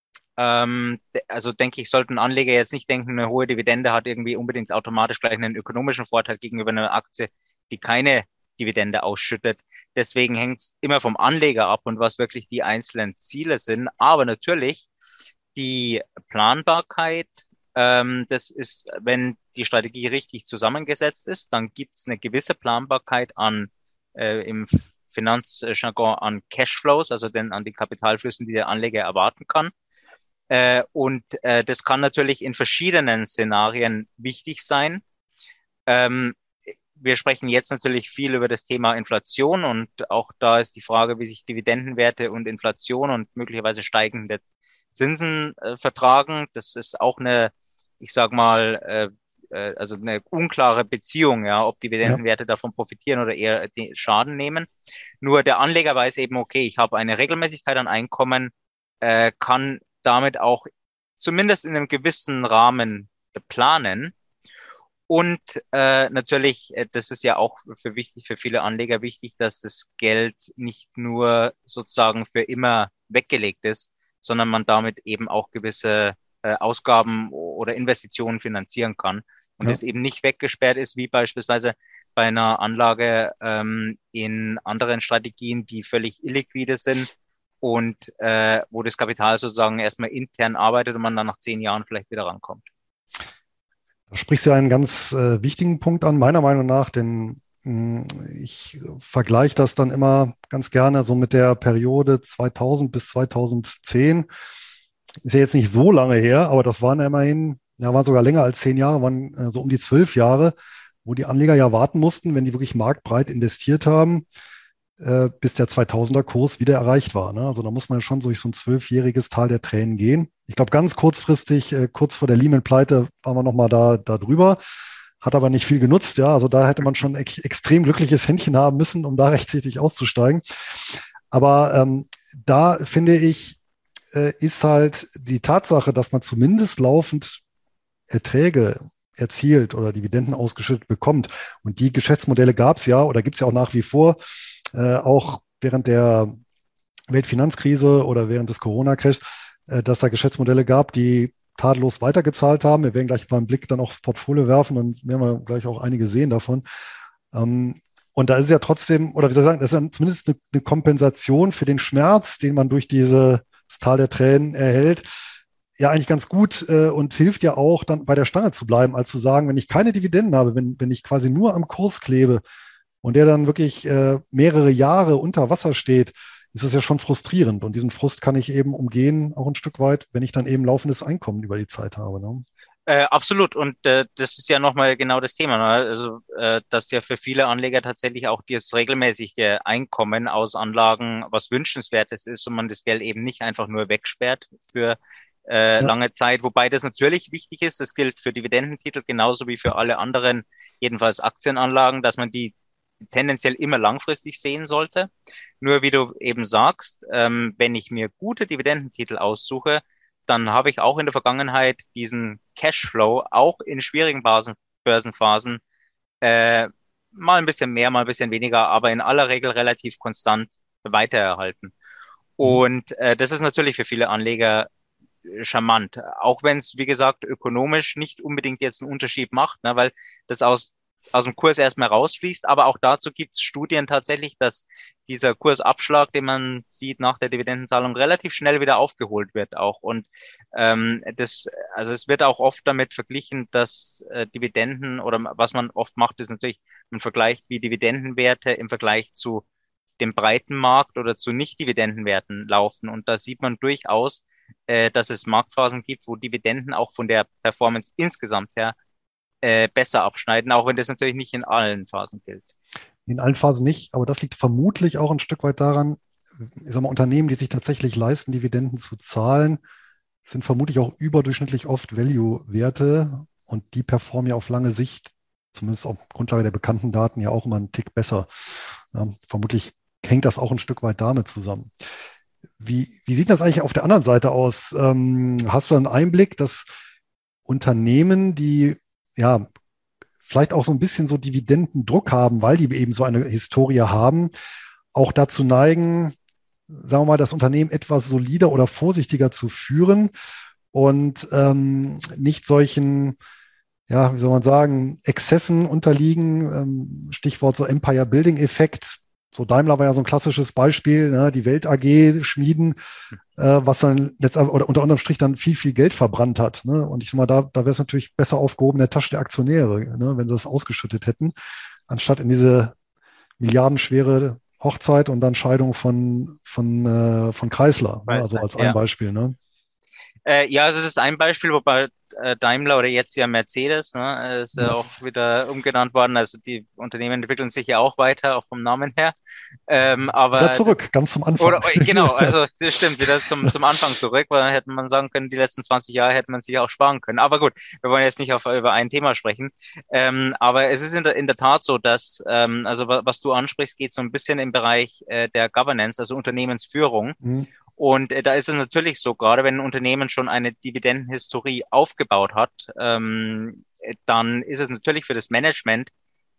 ähm, also denke ich, sollten Anleger jetzt nicht denken, eine hohe Dividende hat irgendwie unbedingt automatisch gleich einen ökonomischen Vorteil gegenüber einer Aktie, die keine Dividende ausschüttet. Deswegen hängt es immer vom Anleger ab und was wirklich die einzelnen Ziele sind. Aber natürlich die Planbarkeit, ähm, das ist, wenn die Strategie richtig zusammengesetzt ist, dann gibt es eine gewisse Planbarkeit an äh, im Finanzjargon an Cashflows, also den, an die Kapitalflüssen, die der Anleger erwarten kann. Äh, und äh, das kann natürlich in verschiedenen Szenarien wichtig sein. Ähm, wir sprechen jetzt natürlich viel über das Thema Inflation und auch da ist die Frage, wie sich Dividendenwerte und Inflation und möglicherweise steigende Zinsen äh, vertragen. Das ist auch eine, ich sag mal, äh, äh, also eine unklare Beziehung, ja, ob Ja, Dividendenwerte davon profitieren oder eher den Schaden nehmen. Nur der Anleger weiß eben, okay, ich habe eine Regelmäßigkeit an Einkommen, äh, kann damit auch zumindest in einem gewissen Rahmen planen. Und äh, natürlich, äh, das ist ja auch für wichtig, für viele Anleger wichtig, dass das Geld nicht nur sozusagen für immer weggelegt ist, sondern man damit eben auch gewisse äh, Ausgaben oder Investitionen finanzieren kann und Ja. es eben nicht weggesperrt ist, wie beispielsweise bei einer Anlage ähm, in anderen Strategien, die völlig illiquide sind und äh, wo das Kapital sozusagen erstmal intern arbeitet und man dann nach zehn Jahren vielleicht wieder rankommt. Da sprichst du einen ganz äh, wichtigen Punkt an, meiner Meinung nach, denn mh, ich vergleiche das dann immer ganz gerne so mit der Periode zweitausend bis zweitausendzehn. Ist ja jetzt nicht so lange her, aber das waren ja immerhin, ja, waren sogar länger als zehn Jahre, waren äh, so um die zwölf Jahre, wo die Anleger ja warten mussten, wenn die wirklich marktbreit investiert haben, äh, bis der zweitausender-Kurs wieder erreicht war. Ne? Also da muss man schon durch so ein zwölfjähriges Tal der Tränen gehen. Ich glaube, ganz kurzfristig, äh, kurz vor der Lehman-Pleite, waren wir nochmal da, da drüber. Hat aber nicht viel genutzt. Ja, also da hätte man schon ex extrem glückliches Händchen haben müssen, um da rechtzeitig auszusteigen. Aber ähm, da finde ich, äh, ist halt die Tatsache, dass man zumindest laufend Erträge erzielt oder Dividenden ausgeschüttet bekommt. Und die Geschäftsmodelle gab es ja oder gibt es ja auch nach wie vor, äh, auch während der Weltfinanzkrise oder während des Corona-Crashs, äh, dass da Geschäftsmodelle gab, die tadellos weitergezahlt haben. Wir werden gleich mal einen Blick dann aufs Portfolio werfen, dann werden wir gleich auch einige sehen davon. Ähm, und da ist ja trotzdem, oder wie soll ich sagen, das ist ja zumindest eine, eine Kompensation für den Schmerz, den man durch dieses Tal der Tränen erhält, ja eigentlich ganz gut äh, und hilft ja auch, dann bei der Stange zu bleiben, als zu sagen, wenn ich keine Dividenden habe, wenn, wenn ich quasi nur am Kurs klebe und der dann wirklich äh, mehrere Jahre unter Wasser steht, ist das ja schon frustrierend. Und diesen Frust kann ich eben umgehen, auch ein Stück weit, wenn ich dann eben laufendes Einkommen über die Zeit habe. Ne? Äh, absolut. Und äh, das ist ja nochmal genau das Thema. Ne? Also, äh, dass ja für viele Anleger tatsächlich auch dieses regelmäßige Einkommen aus Anlagen was Wünschenswertes ist und man das Geld eben nicht einfach nur wegsperrt für äh, Ja. lange Zeit. Wobei das natürlich wichtig ist. Das gilt für Dividendentitel genauso wie für alle anderen, jedenfalls Aktienanlagen, dass man die tendenziell immer langfristig sehen sollte. Nur wie du eben sagst, ähm, wenn ich mir gute Dividendentitel aussuche, dann habe ich auch in der Vergangenheit diesen Cashflow auch in schwierigen Basen, Börsenphasen äh, mal ein bisschen mehr, mal ein bisschen weniger, aber in aller Regel relativ konstant weitererhalten. Mhm. Und äh, das ist natürlich für viele Anleger äh, charmant, auch wenn es, wie gesagt, ökonomisch nicht unbedingt jetzt einen Unterschied macht, ne, weil das aus aus dem Kurs erstmal rausfließt. Aber auch dazu gibt es Studien tatsächlich, dass dieser Kursabschlag, den man sieht nach der Dividendenzahlung, relativ schnell wieder aufgeholt wird auch. Und ähm, das, also es wird auch oft damit verglichen, dass äh, Dividenden oder was man oft macht, ist natürlich, man vergleicht wie Dividendenwerte im Vergleich zu dem breiten Markt oder zu Nicht-Dividendenwerten laufen. Und da sieht man durchaus, äh, dass es Marktphasen gibt, wo Dividenden auch von der Performance insgesamt her äh, besser abschneiden, auch wenn das natürlich nicht in allen Phasen gilt. In allen Phasen nicht, aber das liegt vermutlich auch ein Stück weit daran, ich sag mal, Unternehmen, die sich tatsächlich leisten, Dividenden zu zahlen, sind vermutlich auch überdurchschnittlich oft Value-Werte und die performen ja auf lange Sicht, zumindest auf Grundlage der bekannten Daten, ja auch immer einen Tick besser. Ja, vermutlich hängt das auch ein Stück weit damit zusammen. Wie, wie sieht das eigentlich auf der anderen Seite aus? Ähm, hast du einen Einblick, dass Unternehmen, die ja vielleicht auch so ein bisschen so Dividendendruck haben, weil die eben so eine Historie haben, auch dazu neigen, sagen wir mal, das Unternehmen etwas solider oder vorsichtiger zu führen und ähm, nicht solchen, ja, wie soll man sagen, Exzessen unterliegen. Ähm, Stichwort so Empire Building Effekt. So Daimler war ja so ein klassisches Beispiel, ne? Die Welt A G schmieden, äh, was dann letztendlich oder unter anderem Strich dann viel, viel Geld verbrannt hat. Ne? Und ich sag mal, da, da wäre es natürlich besser aufgehoben in der Tasche der Aktionäre, ne? Wenn sie das ausgeschüttet hätten, anstatt in diese milliardenschwere Hochzeit und dann Scheidung von, von, äh, von Chrysler, ne? Also als ein Ja. Beispiel. Ne? Äh, ja, also es ist ein Beispiel, wobei äh, Daimler oder jetzt ja Mercedes, ne, ist ja Ja. auch wieder umgenannt worden. Also die Unternehmen entwickeln sich ja auch weiter, auch vom Namen her. Ähm, Wieder aber zurück, ganz zum Anfang. oder äh, genau, also das stimmt, wieder zum zum Anfang zurück, weil dann hätte man sagen können, die letzten zwanzig Jahre hätte man sich auch sparen können. Aber gut, wir wollen jetzt nicht auf, über ein Thema sprechen. Ähm, aber es ist in der in der Tat so, dass ähm, also wa- was du ansprichst, geht so ein bisschen im Bereich äh, der Governance, also Unternehmensführung. Hm. Und äh, da ist es natürlich so, gerade wenn ein Unternehmen schon eine Dividendenhistorie aufgebaut hat, ähm, äh, dann ist es natürlich für das Management,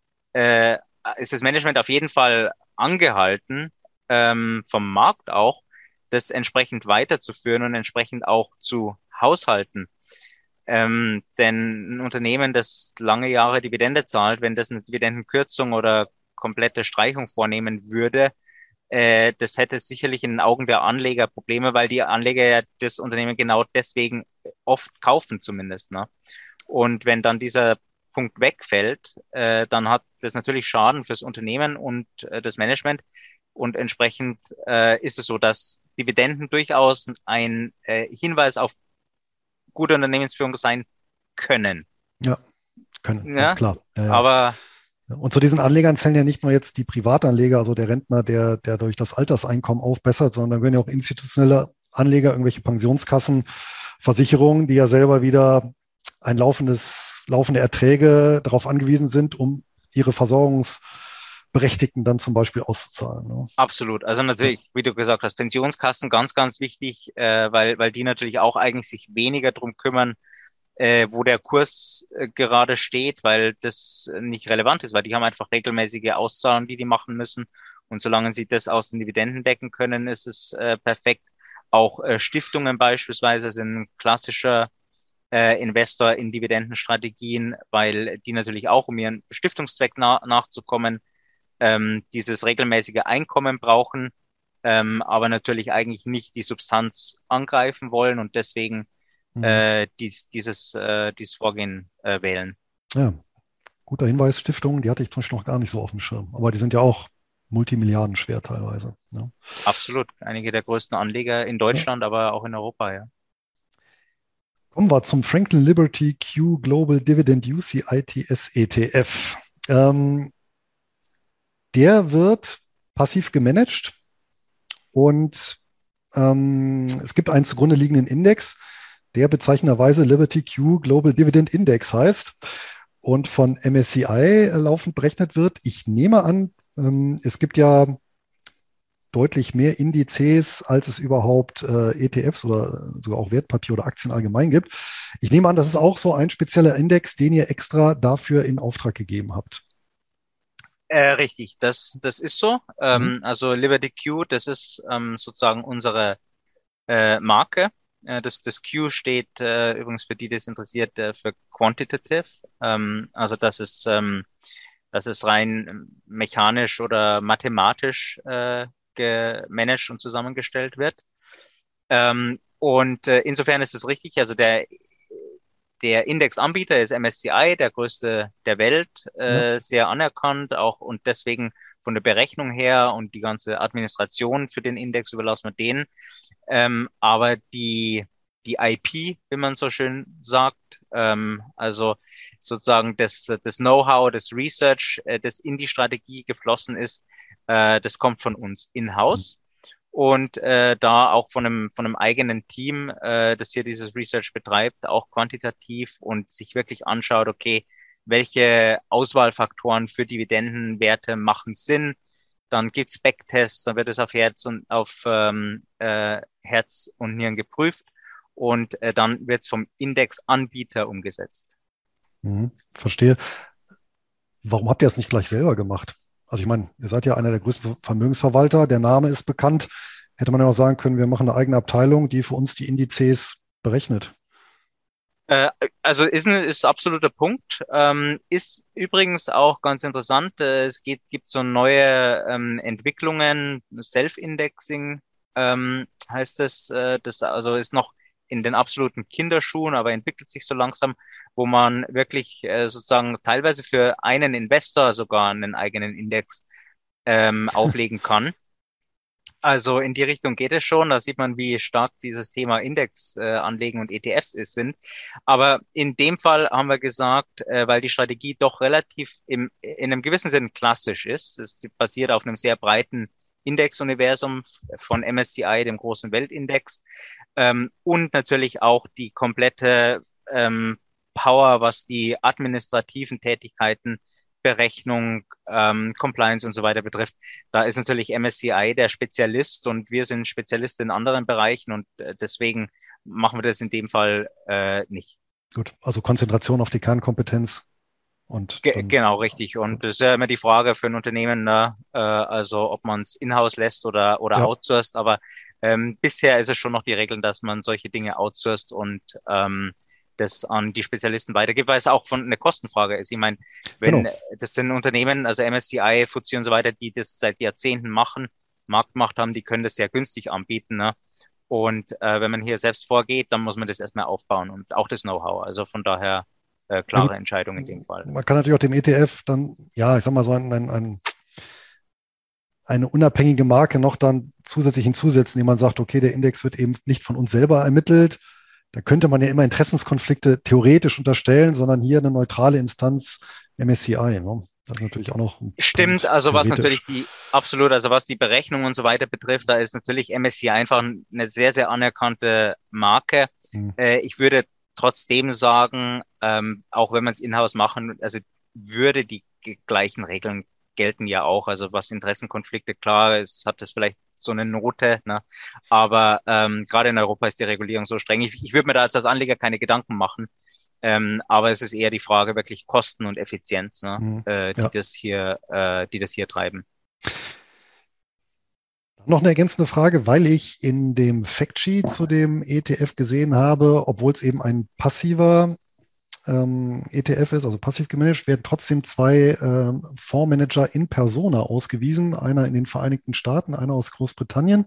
äh, ist das Management auf jeden Fall angehalten, ähm, vom Markt auch, das entsprechend weiterzuführen und entsprechend auch zu haushalten. Ähm, denn ein Unternehmen, das lange Jahre Dividende zahlt, wenn das eine Dividendenkürzung oder komplette Streichung vornehmen würde, äh, das hätte sicherlich in den Augen der Anleger Probleme, weil die Anleger ja das Unternehmen genau deswegen oft kaufen zumindest, ne? Und wenn dann dieser Punkt wegfällt, äh, dann hat das natürlich Schaden fürs Unternehmen und äh, das Management. Und entsprechend äh, ist es so, dass Dividenden durchaus ein äh, Hinweis auf gute Unternehmensführung sein können. Ja, können, ganz Ja, klar. Ja, ja. aber Und zu diesen Anlegern zählen ja nicht nur jetzt die Privatanleger, also der Rentner, der, der durch das Alterseinkommen aufbessert, sondern werden ja auch institutionelle Anleger, irgendwelche Pensionskassen, Versicherungen, die ja selber wieder ein laufendes, laufende Erträge darauf angewiesen sind, um ihre Versorgungsberechtigten dann zum Beispiel auszuzahlen. Ne? absolut. Also Ja. natürlich, wie du gesagt hast, Pensionskassen ganz, ganz wichtig, äh, weil, weil die natürlich auch eigentlich sich weniger drum kümmern, äh, wo der Kurs äh, gerade steht, weil das nicht relevant ist, weil die haben einfach regelmäßige Auszahlungen, die die machen müssen. Und solange sie das aus den Dividenden decken können, ist es äh, perfekt. Auch äh, Stiftungen beispielsweise sind ein klassischer äh, Investor in Dividendenstrategien, weil die natürlich auch, um ihren Stiftungszweck na nachzukommen, ähm, dieses regelmäßige Einkommen brauchen, ähm, aber natürlich eigentlich nicht die Substanz angreifen wollen und deswegen Mhm. äh, dies, dieses, äh, dieses Vorgehen äh, wählen. Ja, guter Hinweis, Stiftungen, die hatte ich zum Beispiel noch gar nicht so auf dem Schirm. Aber die sind ja auch Multimilliarden schwer teilweise. Ja. Absolut. Einige der größten Anleger in Ja. Deutschland, aber auch in Europa, ja. Kommen wir zum Franklin Liberty Q Global Dividend U C I T S E T F. Ähm, der wird passiv gemanagt und ähm, es gibt einen zugrunde liegenden Index, der bezeichnenderweise Liberty Q Global Dividend Index heißt und von M S C I laufend berechnet wird. Ich nehme an, ähm, es gibt ja deutlich mehr Indizes, als es überhaupt äh, E T Fs oder sogar auch Wertpapier oder Aktien allgemein gibt. Ich nehme an, das ist auch so ein spezieller Index, den ihr extra dafür in Auftrag gegeben habt. Äh, richtig, das, das ist so. Mhm. Ähm, also Liberty Q, das ist ähm, sozusagen unsere äh, Marke. Äh, das, das Q steht äh, übrigens für die, die das interessiert, äh, für Quantitative. Ähm, also das ist, ähm, das ist rein ähm, mechanisch oder mathematisch äh, gemanagt und zusammengestellt wird. Ähm, und äh, insofern ist es richtig. Also der, der Indexanbieter ist M S C I, der größte der Welt, Ja. äh, sehr anerkannt auch und deswegen von der Berechnung her und die ganze Administration für den Index überlassen wir denen. Ähm, aber die, die I P, wie man so schön sagt, ähm, also sozusagen das, das Know-how, das Research, äh, das in die Strategie geflossen ist, äh, das kommt von uns in-house. Und äh, da auch von einem, von einem eigenen Team, äh, das hier dieses Research betreibt, auch quantitativ und sich wirklich anschaut, okay, welche Auswahlfaktoren für Dividendenwerte machen Sinn. Dann gibt's Backtests, dann wird es auf Herz und auf ähm, äh, Herz und Nieren geprüft und äh, dann wird's vom Indexanbieter umgesetzt. Mhm. Verstehe. Warum habt ihr das nicht gleich selber gemacht? Also ich meine, ihr seid ja einer der größten Vermögensverwalter, der Name ist bekannt. Hätte man ja auch sagen können, wir machen eine eigene Abteilung, die für uns die Indizes berechnet. Äh, also ist ein ist absoluter Punkt. Ähm, ist übrigens auch ganz interessant. Äh, es geht, gibt so neue ähm, Entwicklungen, Self-Indexing ähm, heißt es. Äh, das also ist noch in den absoluten Kinderschuhen, aber entwickelt sich so langsam, wo man wirklich äh, sozusagen teilweise für einen Investor sogar einen eigenen Index ähm, auflegen kann. Also in die Richtung geht es schon. Da sieht man, wie stark dieses Thema Index äh, anlegen und E T Fs ist, sind. Aber in dem Fall haben wir gesagt, äh, weil die Strategie doch relativ im, in einem gewissen Sinn klassisch ist. Es basiert auf einem sehr breiten Indexuniversum von M S C I, dem großen Weltindex, ähm, und natürlich auch die komplette ähm, Power, was die administrativen Tätigkeiten, Berechnung, ähm, Compliance und so weiter betrifft. Da ist natürlich M S C I der Spezialist und wir sind Spezialist in anderen Bereichen und äh, deswegen machen wir das in dem Fall äh, nicht. Gut, also Konzentration auf die Kernkompetenz und Ge dann, genau, richtig. Und gut. das ist ja immer die Frage für ein Unternehmen, ne? Äh, also ob man es in-house lässt oder, oder Ja, outsourced. Aber ähm, bisher ist es schon noch die Regel, dass man solche Dinge outsourced und ähm, das an die Spezialisten weitergibt, weil es auch von eine Kostenfrage ist. Ich meine, wenn Genau. das sind Unternehmen, also M S C I, F T S E und so weiter, die das seit Jahrzehnten machen, Marktmacht haben, die können das sehr günstig anbieten, ne? Und äh, wenn man hier selbst vorgeht, dann muss man das erstmal aufbauen und auch das Know-how. Also von daher äh, Ja gut, klare Entscheidung in dem Fall. man kann natürlich auch dem E T F dann, ja, ich sag mal so ein, ein, ein eine unabhängige Marke noch dann zusätzlich hinzusetzen, indem man sagt, okay, der Index wird eben nicht von uns selber ermittelt. Da könnte man ja immer Interessenskonflikte theoretisch unterstellen, sondern hier eine neutrale Instanz, M S C I. Ne? Das ist natürlich auch noch ein Stimmt, Punkt, also was theoretisch. natürlich die absolut, also was die Berechnung und so weiter betrifft, da ist natürlich M S C I einfach eine sehr, sehr anerkannte Marke. Hm. Äh, ich würde trotzdem sagen, ähm, auch wenn man es in-house machen, also würde die ge- gleichen Regeln gelten ja auch. Also was Interessenkonflikte, klar, es hat das vielleicht so eine Note, ne? Aber ähm, gerade in Europa ist die Regulierung so streng. Ich, ich würde mir da jetzt als Anleger keine Gedanken machen. Ähm, aber es ist eher die Frage wirklich Kosten und Effizienz, ne, Hm. äh, die Ja. das hier, äh, die das hier treiben. Noch eine ergänzende Frage, weil ich in dem Factsheet zu dem E T F gesehen habe, obwohl es eben ein passiver ähm, E T F ist, also passiv gemanagt, werden trotzdem zwei ähm, Fondsmanager in Persona ausgewiesen. Einer in den Vereinigten Staaten, einer aus Großbritannien.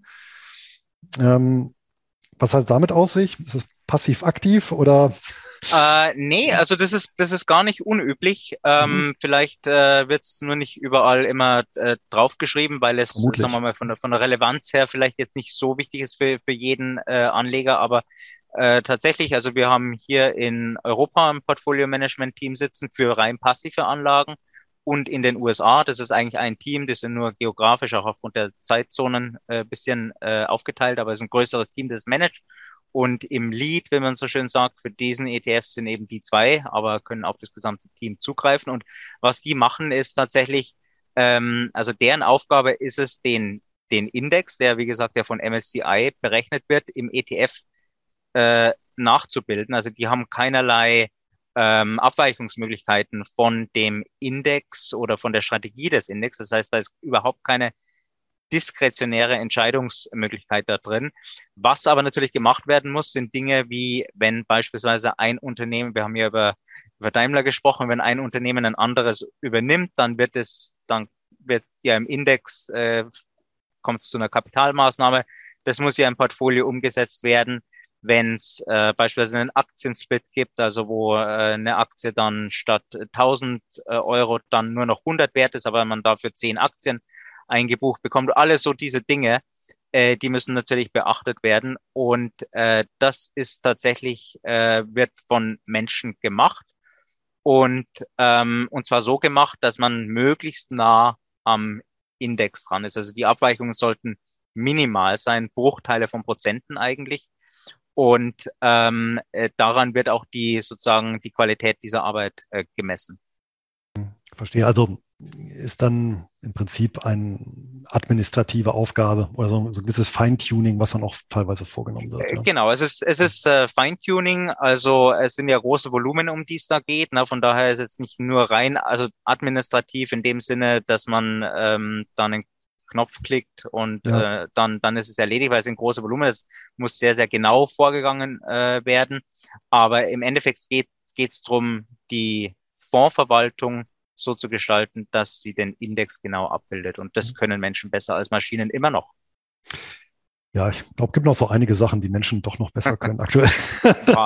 Ähm, was hat es damit auf sich? Ist es passiv-aktiv oder? Äh, nee, also das ist, das ist gar nicht unüblich. Mhm, Ähm, vielleicht äh, wird es nur nicht überall immer äh, draufgeschrieben, weil es, sagen wir vermutlich. mal, von der, von der Relevanz her vielleicht jetzt nicht so wichtig ist für, für jeden äh, Anleger. Aber äh, tatsächlich, also wir haben hier in Europa ein Portfolio-Management-Team sitzen für rein passive Anlagen und in den U S A. Das ist eigentlich ein Team, das sind nur geografisch auch aufgrund der Zeitzonen äh, bisschen äh, aufgeteilt, aber es ist ein größeres Team, das managt. Und im Lead, wenn man so schön sagt, für diesen E T Fs sind eben die zwei, aber können auf das gesamte Team zugreifen. Und was die machen, ist tatsächlich, ähm, also deren Aufgabe ist es, den, den Index, der wie gesagt ja von M S C I berechnet wird, im E T F äh, nachzubilden. Also die haben keinerlei ähm, Abweichungsmöglichkeiten von dem Index oder von der Strategie des Index. Das heißt, da ist überhaupt keine diskretionäre Entscheidungsmöglichkeit da drin. Was aber natürlich gemacht werden muss, sind Dinge wie, wenn beispielsweise ein Unternehmen, wir haben ja über, über Daimler gesprochen, wenn ein Unternehmen ein anderes übernimmt, dann wird es, dann wird ja im Index, äh, kommt es zu einer Kapitalmaßnahme. Das muss ja im Portfolio umgesetzt werden. Wenn es äh, beispielsweise einen Aktiensplit gibt, also wo äh, eine Aktie dann statt tausend äh, Euro dann nur noch hundert wert ist, aber man dafür zehn Aktien eingebucht bekommt. Alles so diese Dinge, äh, die müssen natürlich beachtet werden. Und äh, das ist tatsächlich, äh, wird von Menschen gemacht. Und, ähm, und zwar so gemacht, dass man möglichst nah am Index dran ist. Also die Abweichungen sollten minimal sein, Bruchteile von Prozenten eigentlich. Und ähm, äh, daran wird auch die sozusagen die Qualität dieser Arbeit äh, gemessen. Verstehe. Also ist dann im Prinzip eine administrative Aufgabe oder so, so ein gewisses Feintuning, was dann auch teilweise vorgenommen wird. Äh, Ja. Genau, es ist, es ist äh, Feintuning, also es sind ja große Volumen, um die es da geht. Ne? Von daher ist es nicht nur rein, also administrativ in dem Sinne, dass man ähm, dann einen Knopf klickt und Ja. äh, dann, dann ist es erledigt, weil es sind große Volumen. Es muss sehr, sehr genau vorgegangen äh, werden. Aber im Endeffekt geht es darum, die Fondsverwaltung so zu gestalten, dass sie den Index genau abbildet. Und das können Menschen besser als Maschinen immer noch. Ja, ich glaube, gibt noch so einige Sachen, die Menschen doch noch besser können aktuell. Ja.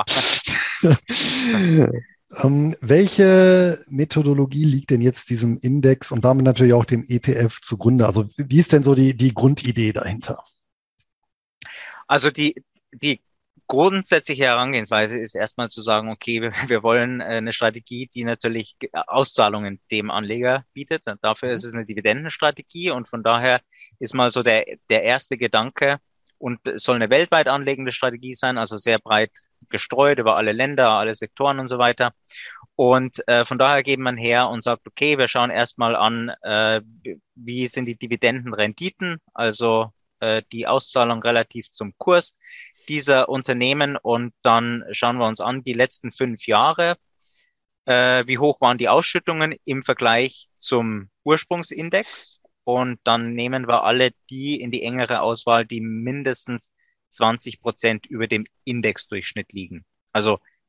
ähm, welche Methodologie liegt denn jetzt diesem Index und damit natürlich auch dem E T F zugrunde? Also wie ist denn so die, die Grundidee dahinter? Also die, die grundsätzliche Herangehensweise ist erstmal zu sagen, okay, wir, wir wollen äh, eine Strategie, die natürlich Auszahlungen dem Anleger bietet. Dafür ist es eine Dividendenstrategie und von daher ist mal so der, der erste Gedanke und es soll eine weltweit anlegende Strategie sein, also sehr breit gestreut über alle Länder, alle Sektoren und so weiter. Und äh, von daher geht man her und sagt, okay, wir schauen erstmal an, äh, wie sind die Dividendenrenditen, also äh, die Auszahlung relativ zum Kurs dieser Unternehmen und dann schauen wir uns an, die letzten fünf Jahre, äh, wie hoch waren die Ausschüttungen im Vergleich zum Ursprungsindex und dann nehmen wir alle die in die engere Auswahl, die mindestens zwanzig Prozent über dem Indexdurchschnitt liegen. Also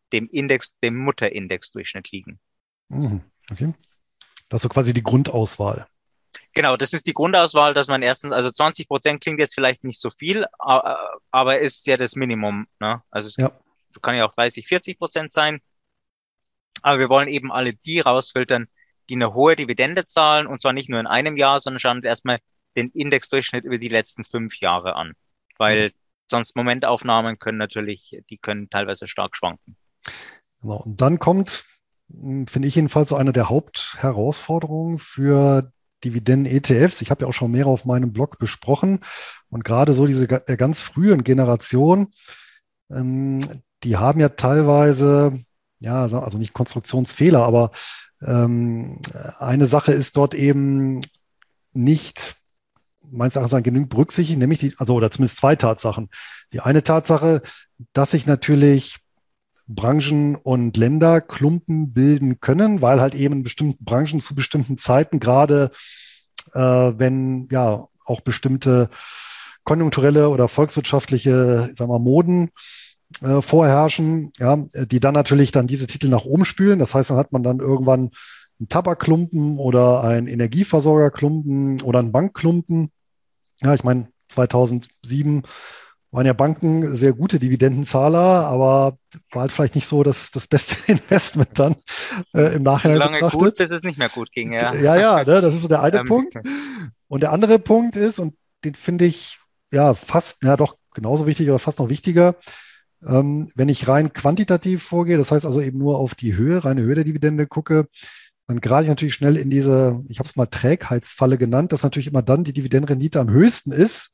dem Index, dem Mutterindex-Durchschnitt liegen. Mhm. Okay. Das ist so quasi die Grundauswahl. Genau, das ist die Grundauswahl, dass man erstens, also zwanzig Prozent klingt jetzt vielleicht nicht so viel, aber ist ja das Minimum, ne? Also es Ja. kann ja auch dreißig, vierzig Prozent sein, aber wir wollen eben alle die rausfiltern, die eine hohe Dividende zahlen, und zwar nicht nur in einem Jahr, sondern schauen uns erstmal den Indexdurchschnitt über die letzten fünf Jahre an, Ja. weil sonst Momentaufnahmen können natürlich, die können teilweise stark schwanken. Genau. Und dann kommt, mh, finde ich jedenfalls, so eine der Hauptherausforderungen für Dividenden-E T Fs. Ich habe ja auch schon mehrere auf meinem Blog besprochen. Und gerade so diese ga- der ganz frühen Generation, ähm, die haben ja teilweise, ja, so- also nicht Konstruktionsfehler, aber ähm, eine Sache ist dort eben nicht meines Erachtens genügend berücksichtigt, nämlich die, also oder zumindest zwei Tatsachen. Die eine Tatsache, dass sich natürlich Branchen und Länder Klumpen bilden können, weil halt eben in bestimmten Branchen zu bestimmten Zeiten, gerade äh, wenn ja auch bestimmte konjunkturelle oder volkswirtschaftliche, sagen wir, Moden äh, vorherrschen, ja, die dann natürlich dann diese Titel nach oben spülen. Das heißt, dann hat man dann irgendwann einen Tabakklumpen oder einen Energieversorgerklumpen oder einen Bankklumpen. Ja, ich meine, zweitausendsieben waren ja Banken sehr gute Dividendenzahler, aber war halt vielleicht nicht so das, das beste Investment dann äh, im Ging Nachhinein lange gut, betrachtet. bis es nicht mehr gut ging, ja. Ja, ja, ne, das ist so der eine Ähm, Punkt. Und der andere Punkt ist, und den finde ich ja fast, ja doch genauso wichtig oder fast noch wichtiger, ähm, wenn ich rein quantitativ vorgehe, das heißt also eben nur auf die Höhe, reine Höhe der Dividende gucke, dann gerate ich natürlich schnell in diese, ich habe es mal Trägheitsfalle genannt, dass natürlich immer dann die Dividendenrendite am höchsten ist,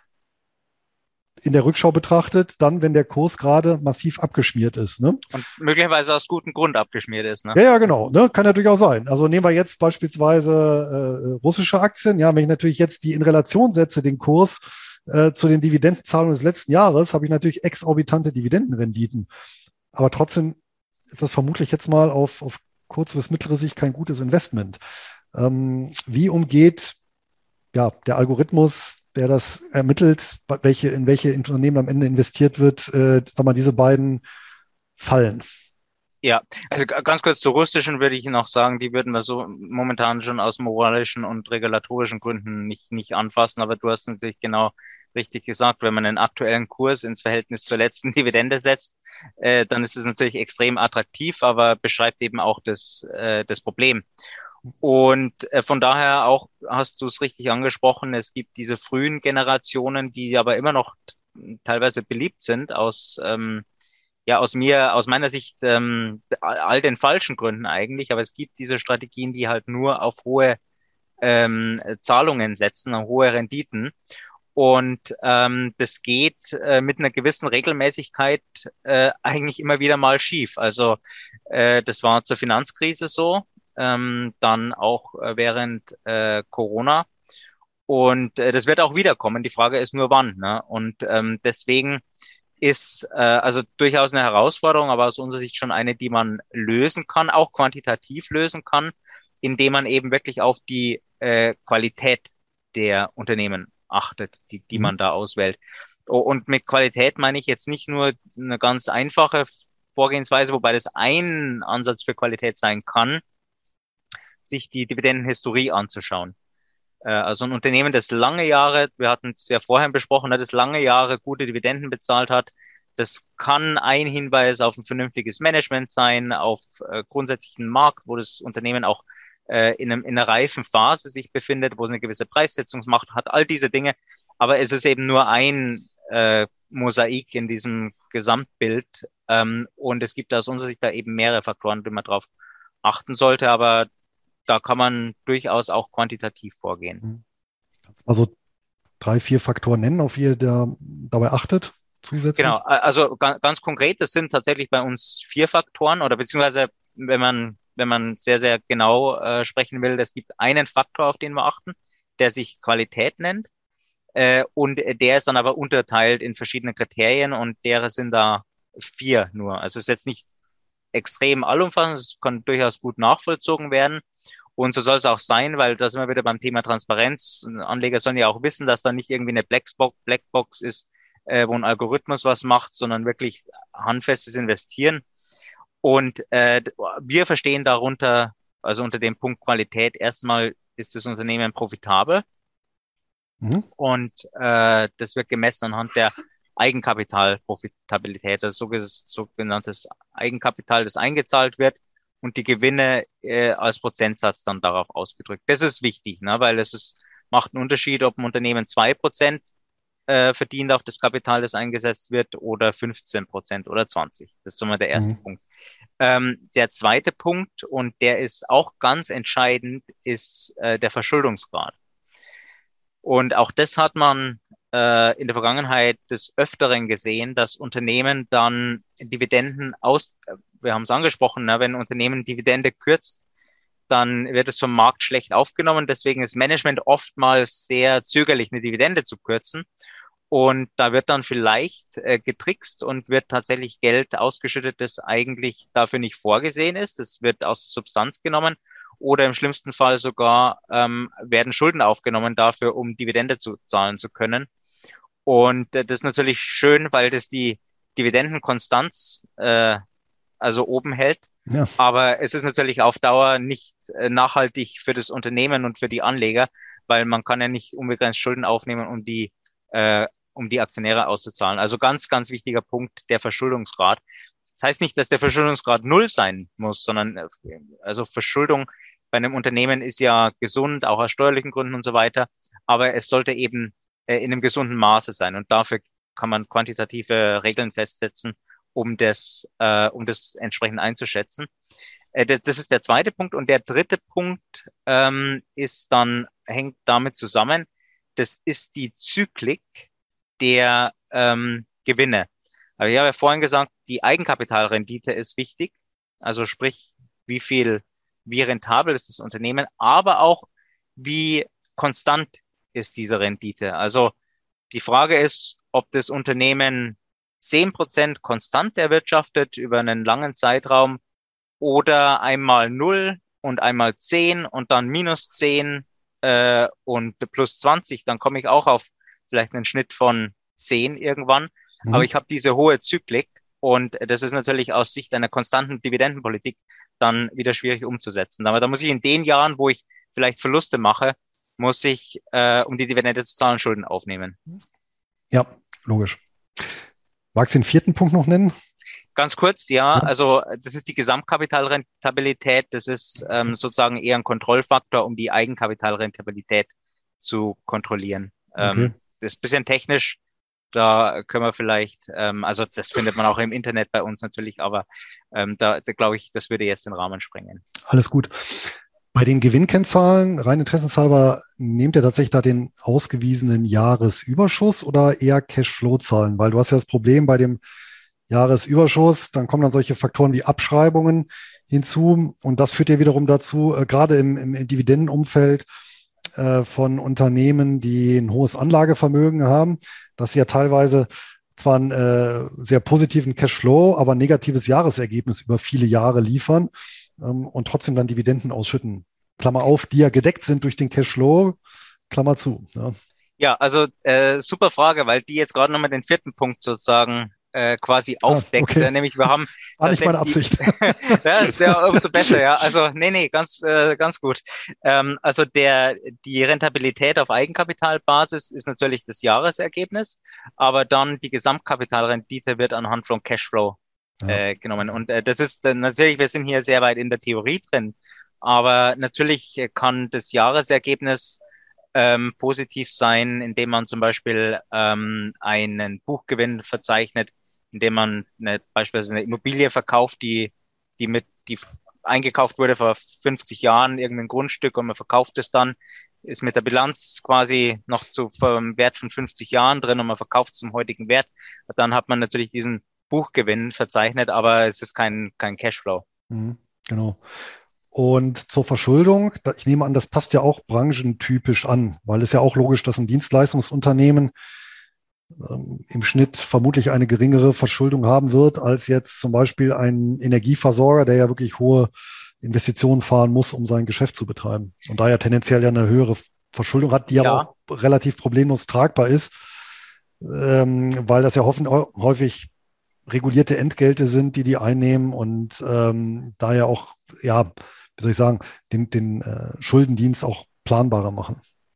in der Rückschau betrachtet, dann, wenn der Kurs gerade massiv abgeschmiert ist. Ne? und möglicherweise aus gutem Grund abgeschmiert ist, ne? Ja, ja, genau. Ne? Kann ja durchaus sein. Also nehmen wir jetzt beispielsweise äh, russische Aktien. Ja, wenn ich natürlich jetzt die in Relation setze, den Kurs äh, zu den Dividendenzahlungen des letzten Jahres, habe ich natürlich exorbitante Dividendenrenditen. Aber trotzdem ist das vermutlich jetzt mal auf, auf kurze bis mittlere Sicht kein gutes Investment. Ähm, wie umgeht ja, der Algorithmus, der das ermittelt, welche, in welche Unternehmen am Ende investiert wird, äh, sag mal, diese beiden Fallen? Ja, also g- ganz kurz zur russischen würde ich noch sagen, die würden wir so momentan schon aus moralischen und regulatorischen Gründen nicht, nicht anfassen. Aber du hast natürlich genau richtig gesagt, wenn man den aktuellen Kurs ins Verhältnis zur letzten Dividende setzt, äh, dann ist es natürlich extrem attraktiv, aber beschreibt eben auch das, äh, das Problem. Und äh, von daher auch hast du es richtig angesprochen, es gibt diese frühen Generationen, die aber immer noch teilweise beliebt sind aus ähm, ja, aus mir, aus meiner Sicht, ähm, all all den falschen Gründen eigentlich, aber es gibt diese Strategien, die halt nur auf hohe ähm, Zahlungen setzen, auf hohe Renditen. Und ähm, das geht äh, mit einer gewissen Regelmäßigkeit äh, eigentlich immer wieder mal schief. Also äh, das war zur Finanzkrise so, ähm, dann auch äh, während äh, Corona. Und äh, das wird auch wiederkommen. Die Frage ist nur wann. Ne? Und ähm, deswegen ist äh, also durchaus eine Herausforderung, aber aus unserer Sicht schon eine, die man lösen kann, auch quantitativ lösen kann, indem man eben wirklich auf die äh, Qualität der Unternehmen achtet, die, die Mhm. man da auswählt. O- Und mit Qualität meine ich jetzt nicht nur eine ganz einfache Vorgehensweise, wobei das ein Ansatz für Qualität sein kann, sich die Dividendenhistorie anzuschauen. Äh, Also ein Unternehmen, das lange Jahre, wir hatten es ja vorher besprochen, ne, das lange Jahre gute Dividenden bezahlt hat, das kann ein Hinweis auf ein vernünftiges Management sein, auf äh, grundsätzlichen Markt, wo das Unternehmen auch äh, in, einem, in einer reifen Phase sich befindet, wo es eine gewisse Preissetzungsmacht hat, all diese Dinge. Aber es ist eben nur ein äh, Mosaik in diesem Gesamtbild. Ähm, und es gibt aus unserer Sicht da eben mehrere Faktoren, die man drauf achten sollte. Aber da kann man durchaus auch quantitativ vorgehen. Mhm. Also drei, vier Faktoren nennen, auf die ihr da, dabei achtet Genau, zusätzlich? a- also ganz, ganz konkret, das sind tatsächlich bei uns vier Faktoren oder beziehungsweise, wenn man, wenn man sehr, sehr genau äh, sprechen will, es gibt einen Faktor, auf den wir achten, der sich Qualität nennt, äh, und der ist dann aber unterteilt in verschiedene Kriterien und derer sind da vier nur. Also es ist jetzt nicht extrem allumfassend, es kann durchaus gut nachvollzogen werden. Und so soll es auch sein, weil da sind wir wieder beim Thema Transparenz. Anleger sollen ja auch wissen, dass da nicht irgendwie eine Blackbox, Blackbox ist, äh, wo ein Algorithmus was macht, sondern wirklich handfestes Investieren. Und äh, wir verstehen darunter, also unter dem Punkt Qualität, erstmal ist das Unternehmen profitabel. Mhm. Und äh, das wird gemessen anhand der Eigenkapitalprofitabilität, also sogenanntes Eigenkapital, das eingezahlt wird und die Gewinne äh, als Prozentsatz dann darauf ausgedrückt. Das ist wichtig, ne, weil es ist, macht einen Unterschied, ob ein Unternehmen zwei Prozent äh, verdient auf das Kapital, das eingesetzt wird, oder fünfzehn Prozent oder zwanzig. Das ist schon mal der erste Mhm. Punkt. Ähm, der zweite Punkt, und der ist auch ganz entscheidend, ist äh, der Verschuldungsgrad. Und auch das hat man äh, in der Vergangenheit des Öfteren gesehen, dass Unternehmen dann Dividenden aus, wir haben es angesprochen, ne, wenn ein Unternehmen Dividende kürzt, dann wird es vom Markt schlecht aufgenommen. Deswegen ist Management oftmals sehr zögerlich, eine Dividende zu kürzen. Und da wird dann vielleicht äh, getrickst und wird tatsächlich Geld ausgeschüttet, das eigentlich dafür nicht vorgesehen ist. Das wird aus der Substanz genommen. Oder im schlimmsten Fall sogar ähm, werden Schulden aufgenommen dafür, um Dividende zu zahlen zu können. Und äh, das ist natürlich schön, weil das die Dividendenkonstanz äh, also oben hält. Ja. Aber es ist natürlich auf Dauer nicht äh, nachhaltig für das Unternehmen und für die Anleger, weil man kann ja nicht unbegrenzt Schulden aufnehmen, um die, äh, um die Aktionäre auszuzahlen. Also ganz, ganz wichtiger Punkt, der Verschuldungsgrad. Das heißt nicht, dass der Verschuldungsgrad null sein muss, sondern äh, also Verschuldung bei einem Unternehmen ist ja gesund, auch aus steuerlichen Gründen und so weiter. Aber es sollte eben äh, in einem gesunden Maße sein. Und dafür kann man quantitative Regeln festsetzen, um das, äh, um das entsprechend einzuschätzen. Äh, das, das ist der zweite Punkt. Und der dritte Punkt ähm, ist dann, hängt damit zusammen, das ist die Zyklik der ähm, Gewinne. Aber ich habe ja vorhin gesagt, die Eigenkapitalrendite ist wichtig. Also sprich, wie viel, wie rentabel ist das Unternehmen, aber auch wie konstant ist diese Rendite. Also die Frage ist, ob das Unternehmen zehn Prozent konstant erwirtschaftet über einen langen Zeitraum oder einmal null und einmal zehn und dann minus zehn äh, und plus zwanzig, dann komme ich auch auf vielleicht einen Schnitt von zehn irgendwann. Aber Mhm. ich habe diese hohe Zyklik und das ist natürlich aus Sicht einer konstanten Dividendenpolitik dann wieder schwierig umzusetzen. Aber da muss ich in den Jahren, wo ich vielleicht Verluste mache, muss ich, äh, um die Dividende zu zahlen, Schulden aufnehmen. Ja, logisch. Magst du den vierten Punkt noch nennen? Ganz kurz, ja, Ja. also das ist die Gesamtkapitalrentabilität. Das ist ähm, sozusagen eher ein Kontrollfaktor, um die Eigenkapitalrentabilität zu kontrollieren. Okay. Ähm, das ist ein bisschen technisch, da können wir vielleicht, ähm, also das findet man auch im Internet bei uns natürlich, aber ähm, da, da glaube ich, das würde jetzt den Rahmen sprengen. Alles gut. Bei den Gewinnkennzahlen, rein interessenshalber, nehmt ihr tatsächlich da den ausgewiesenen Jahresüberschuss oder eher Cashflow-Zahlen? Weil du hast ja das Problem bei dem Jahresüberschuss, dann kommen dann solche Faktoren wie Abschreibungen hinzu und das führt ja wiederum dazu, äh, gerade im, im Dividendenumfeld äh, von Unternehmen, die ein hohes Anlagevermögen haben, dass sie ja teilweise zwar einen äh, sehr positiven Cashflow, aber ein negatives Jahresergebnis über viele Jahre liefern ähm, und trotzdem dann Dividenden ausschütten. Klammer auf, die ja gedeckt sind durch den Cashflow, Klammer zu. Ja, Ja, also äh, super Frage, weil die jetzt gerade nochmal den vierten Punkt sozusagen äh, quasi ah, aufdeckt. okay. Äh, nämlich wir haben War nicht meine tatsächlich Absicht. die, ja, ist ja umso besser, ja. Also nee, nee, ganz, äh, ganz gut. Ähm, also der die Rentabilität auf Eigenkapitalbasis ist natürlich das Jahresergebnis, aber dann die Gesamtkapitalrendite wird anhand von Cashflow Ja. äh, genommen. Und äh, das ist äh, natürlich, wir sind hier sehr weit in der Theorie drin, aber natürlich äh, kann das Jahresergebnis ähm, positiv sein, indem man zum Beispiel ähm, einen Buchgewinn verzeichnet, indem man eine, beispielsweise eine Immobilie verkauft, die, die mit, die eingekauft wurde vor fünfzig Jahren, irgendein Grundstück und man verkauft es dann, ist mit der Bilanz quasi noch zu einem Wert von fünfzig Jahren drin und man verkauft es zum heutigen Wert. Dann hat man natürlich diesen Buchgewinn verzeichnet, aber es ist kein, kein Cashflow. Mhm, genau. Und zur Verschuldung, da- ich nehme an, das passt ja auch branchentypisch an, weil es ja auch logisch, dass ein Dienstleistungsunternehmen ähm, im Schnitt vermutlich eine geringere Verschuldung haben wird als jetzt zum Beispiel ein Energieversorger, der ja wirklich hohe Investitionen fahren muss, um sein Geschäft zu betreiben. Und daher tendenziell ja eine höhere Verschuldung hat, die aber Ja, auch relativ problemlos tragbar ist, ähm, weil das ja hoffen, häufig regulierte Entgelte sind, die die einnehmen und ähm, daher auch, ja, wie soll ich sagen, den, den äh, Schuldendienst auch planbarer machen.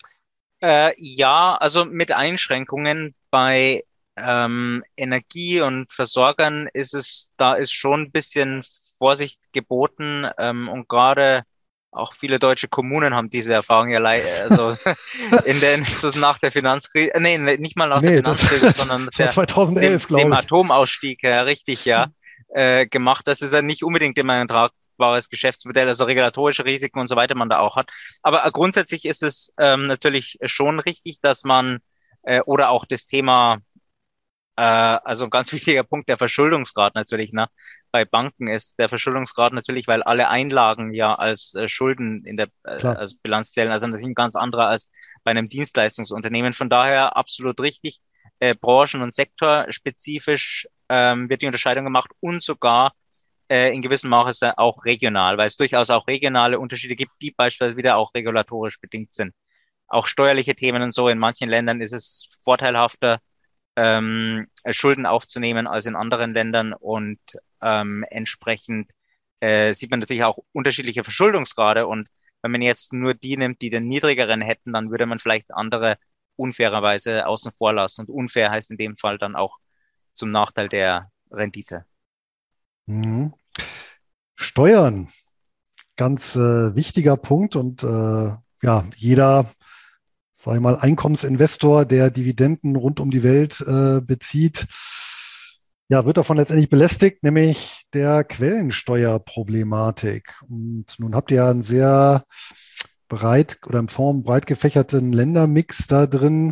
Äh, ja, also mit Einschränkungen bei ähm, Energie und Versorgern ist es, da ist schon ein bisschen Vorsicht geboten, ähm, und gerade auch viele deutsche Kommunen haben diese Erfahrung ja, lei- also in den, so nach der Finanzkrise, äh, nee, nee, nicht mal nach der Nee, das, Finanzkrise, sondern das war der, dem, zweitausendelf, dem glaube ich. Atomausstieg, ja, richtig, ja, äh, gemacht. Das ist ja nicht unbedingt immer ein tragbares Geschäftsmodell, also regulatorische Risiken und so weiter man da auch hat. Aber äh, grundsätzlich ist es ähm, natürlich schon richtig, dass man, äh, oder auch das Thema, äh, also ein ganz wichtiger Punkt, der Verschuldungsgrad natürlich, ne? Bei Banken ist der Verschuldungsgrad natürlich, weil alle Einlagen ja als äh, Schulden in der äh, Klar. als Bilanz zählen, also natürlich ein ganz anderer als bei einem Dienstleistungsunternehmen. Von daher absolut richtig. Äh, branchen- und sektorspezifisch ähm, wird die Unterscheidung gemacht und sogar äh, in gewissem Maße auch regional, weil es durchaus auch regionale Unterschiede gibt, die beispielsweise wieder auch regulatorisch bedingt sind. Auch steuerliche Themen und so. In manchen Ländern ist es vorteilhafter, ähm, Schulden aufzunehmen als in anderen Ländern und ähm, entsprechend äh, sieht man natürlich auch unterschiedliche Verschuldungsgrade und wenn man jetzt nur die nimmt, die den niedrigeren hätten, dann würde man vielleicht andere unfairerweise außen vor lassen. Und unfair heißt in dem Fall dann auch zum Nachteil der Rendite. Mhm. Steuern, ganz äh, wichtiger Punkt und äh, ja, jeder, sag ich mal, Einkommensinvestor, der Dividenden rund um die Welt äh, bezieht, ja, wird davon letztendlich belästigt, nämlich der Quellensteuerproblematik. Und nun habt ihr ja einen sehr breit oder in Form breit gefächerten Ländermix da drin.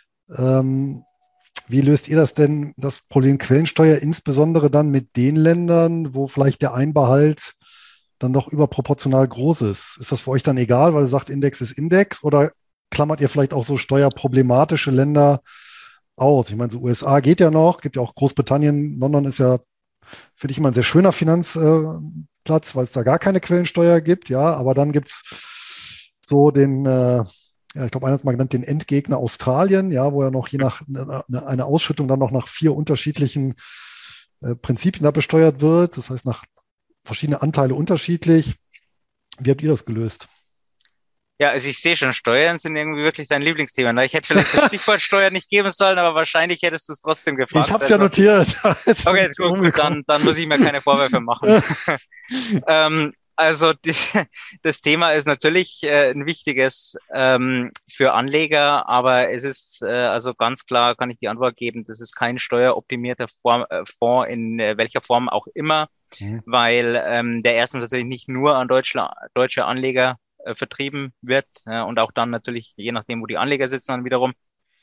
Ähm, Wie löst ihr das denn, das Problem Quellensteuer, insbesondere dann mit den Ländern, wo vielleicht der Einbehalt dann doch überproportional groß ist? Ist das für euch dann egal, weil ihr sagt, Index ist Index, oder klammert ihr vielleicht auch so steuerproblematische Länder aus? Ich meine, so U S A geht ja noch, gibt ja auch Großbritannien. London ist ja, finde ich, immer ein sehr schöner Finanzplatz, weil es da gar keine Quellensteuer gibt, ja, aber dann gibt es so den, äh, ja, ich glaube, einer hat es mal genannt, den Endgegner Australien, ja, wo ja noch je nach eine, eine Ausschüttung dann noch nach vier unterschiedlichen äh, Prinzipien da besteuert wird. Das heißt, nach verschiedene Anteile unterschiedlich. Wie habt ihr das gelöst? Ja, also ich sehe schon, Steuern sind irgendwie wirklich dein Lieblingsthema. Ne? Ich hätte vielleicht das Stichwort Steuer nicht geben sollen, aber wahrscheinlich hättest du es trotzdem Ich gefragt. habe es ja Also, notiert. Jetzt bin okay, ich gut, gut, rumgekommen. dann, dann muss ich mir keine Vorwürfe machen. Ähm, also die, das Thema ist natürlich äh, ein wichtiges ähm, für Anleger, aber es ist äh, also ganz klar, kann ich die Antwort geben, das ist kein steueroptimierter Form, äh, Fonds in äh, welcher Form auch immer, Hm. weil ähm, der erstens natürlich nicht nur an Deutsche, deutsche Anleger äh, vertrieben wird äh, und auch dann natürlich, je nachdem, wo die Anleger sitzen, dann wiederum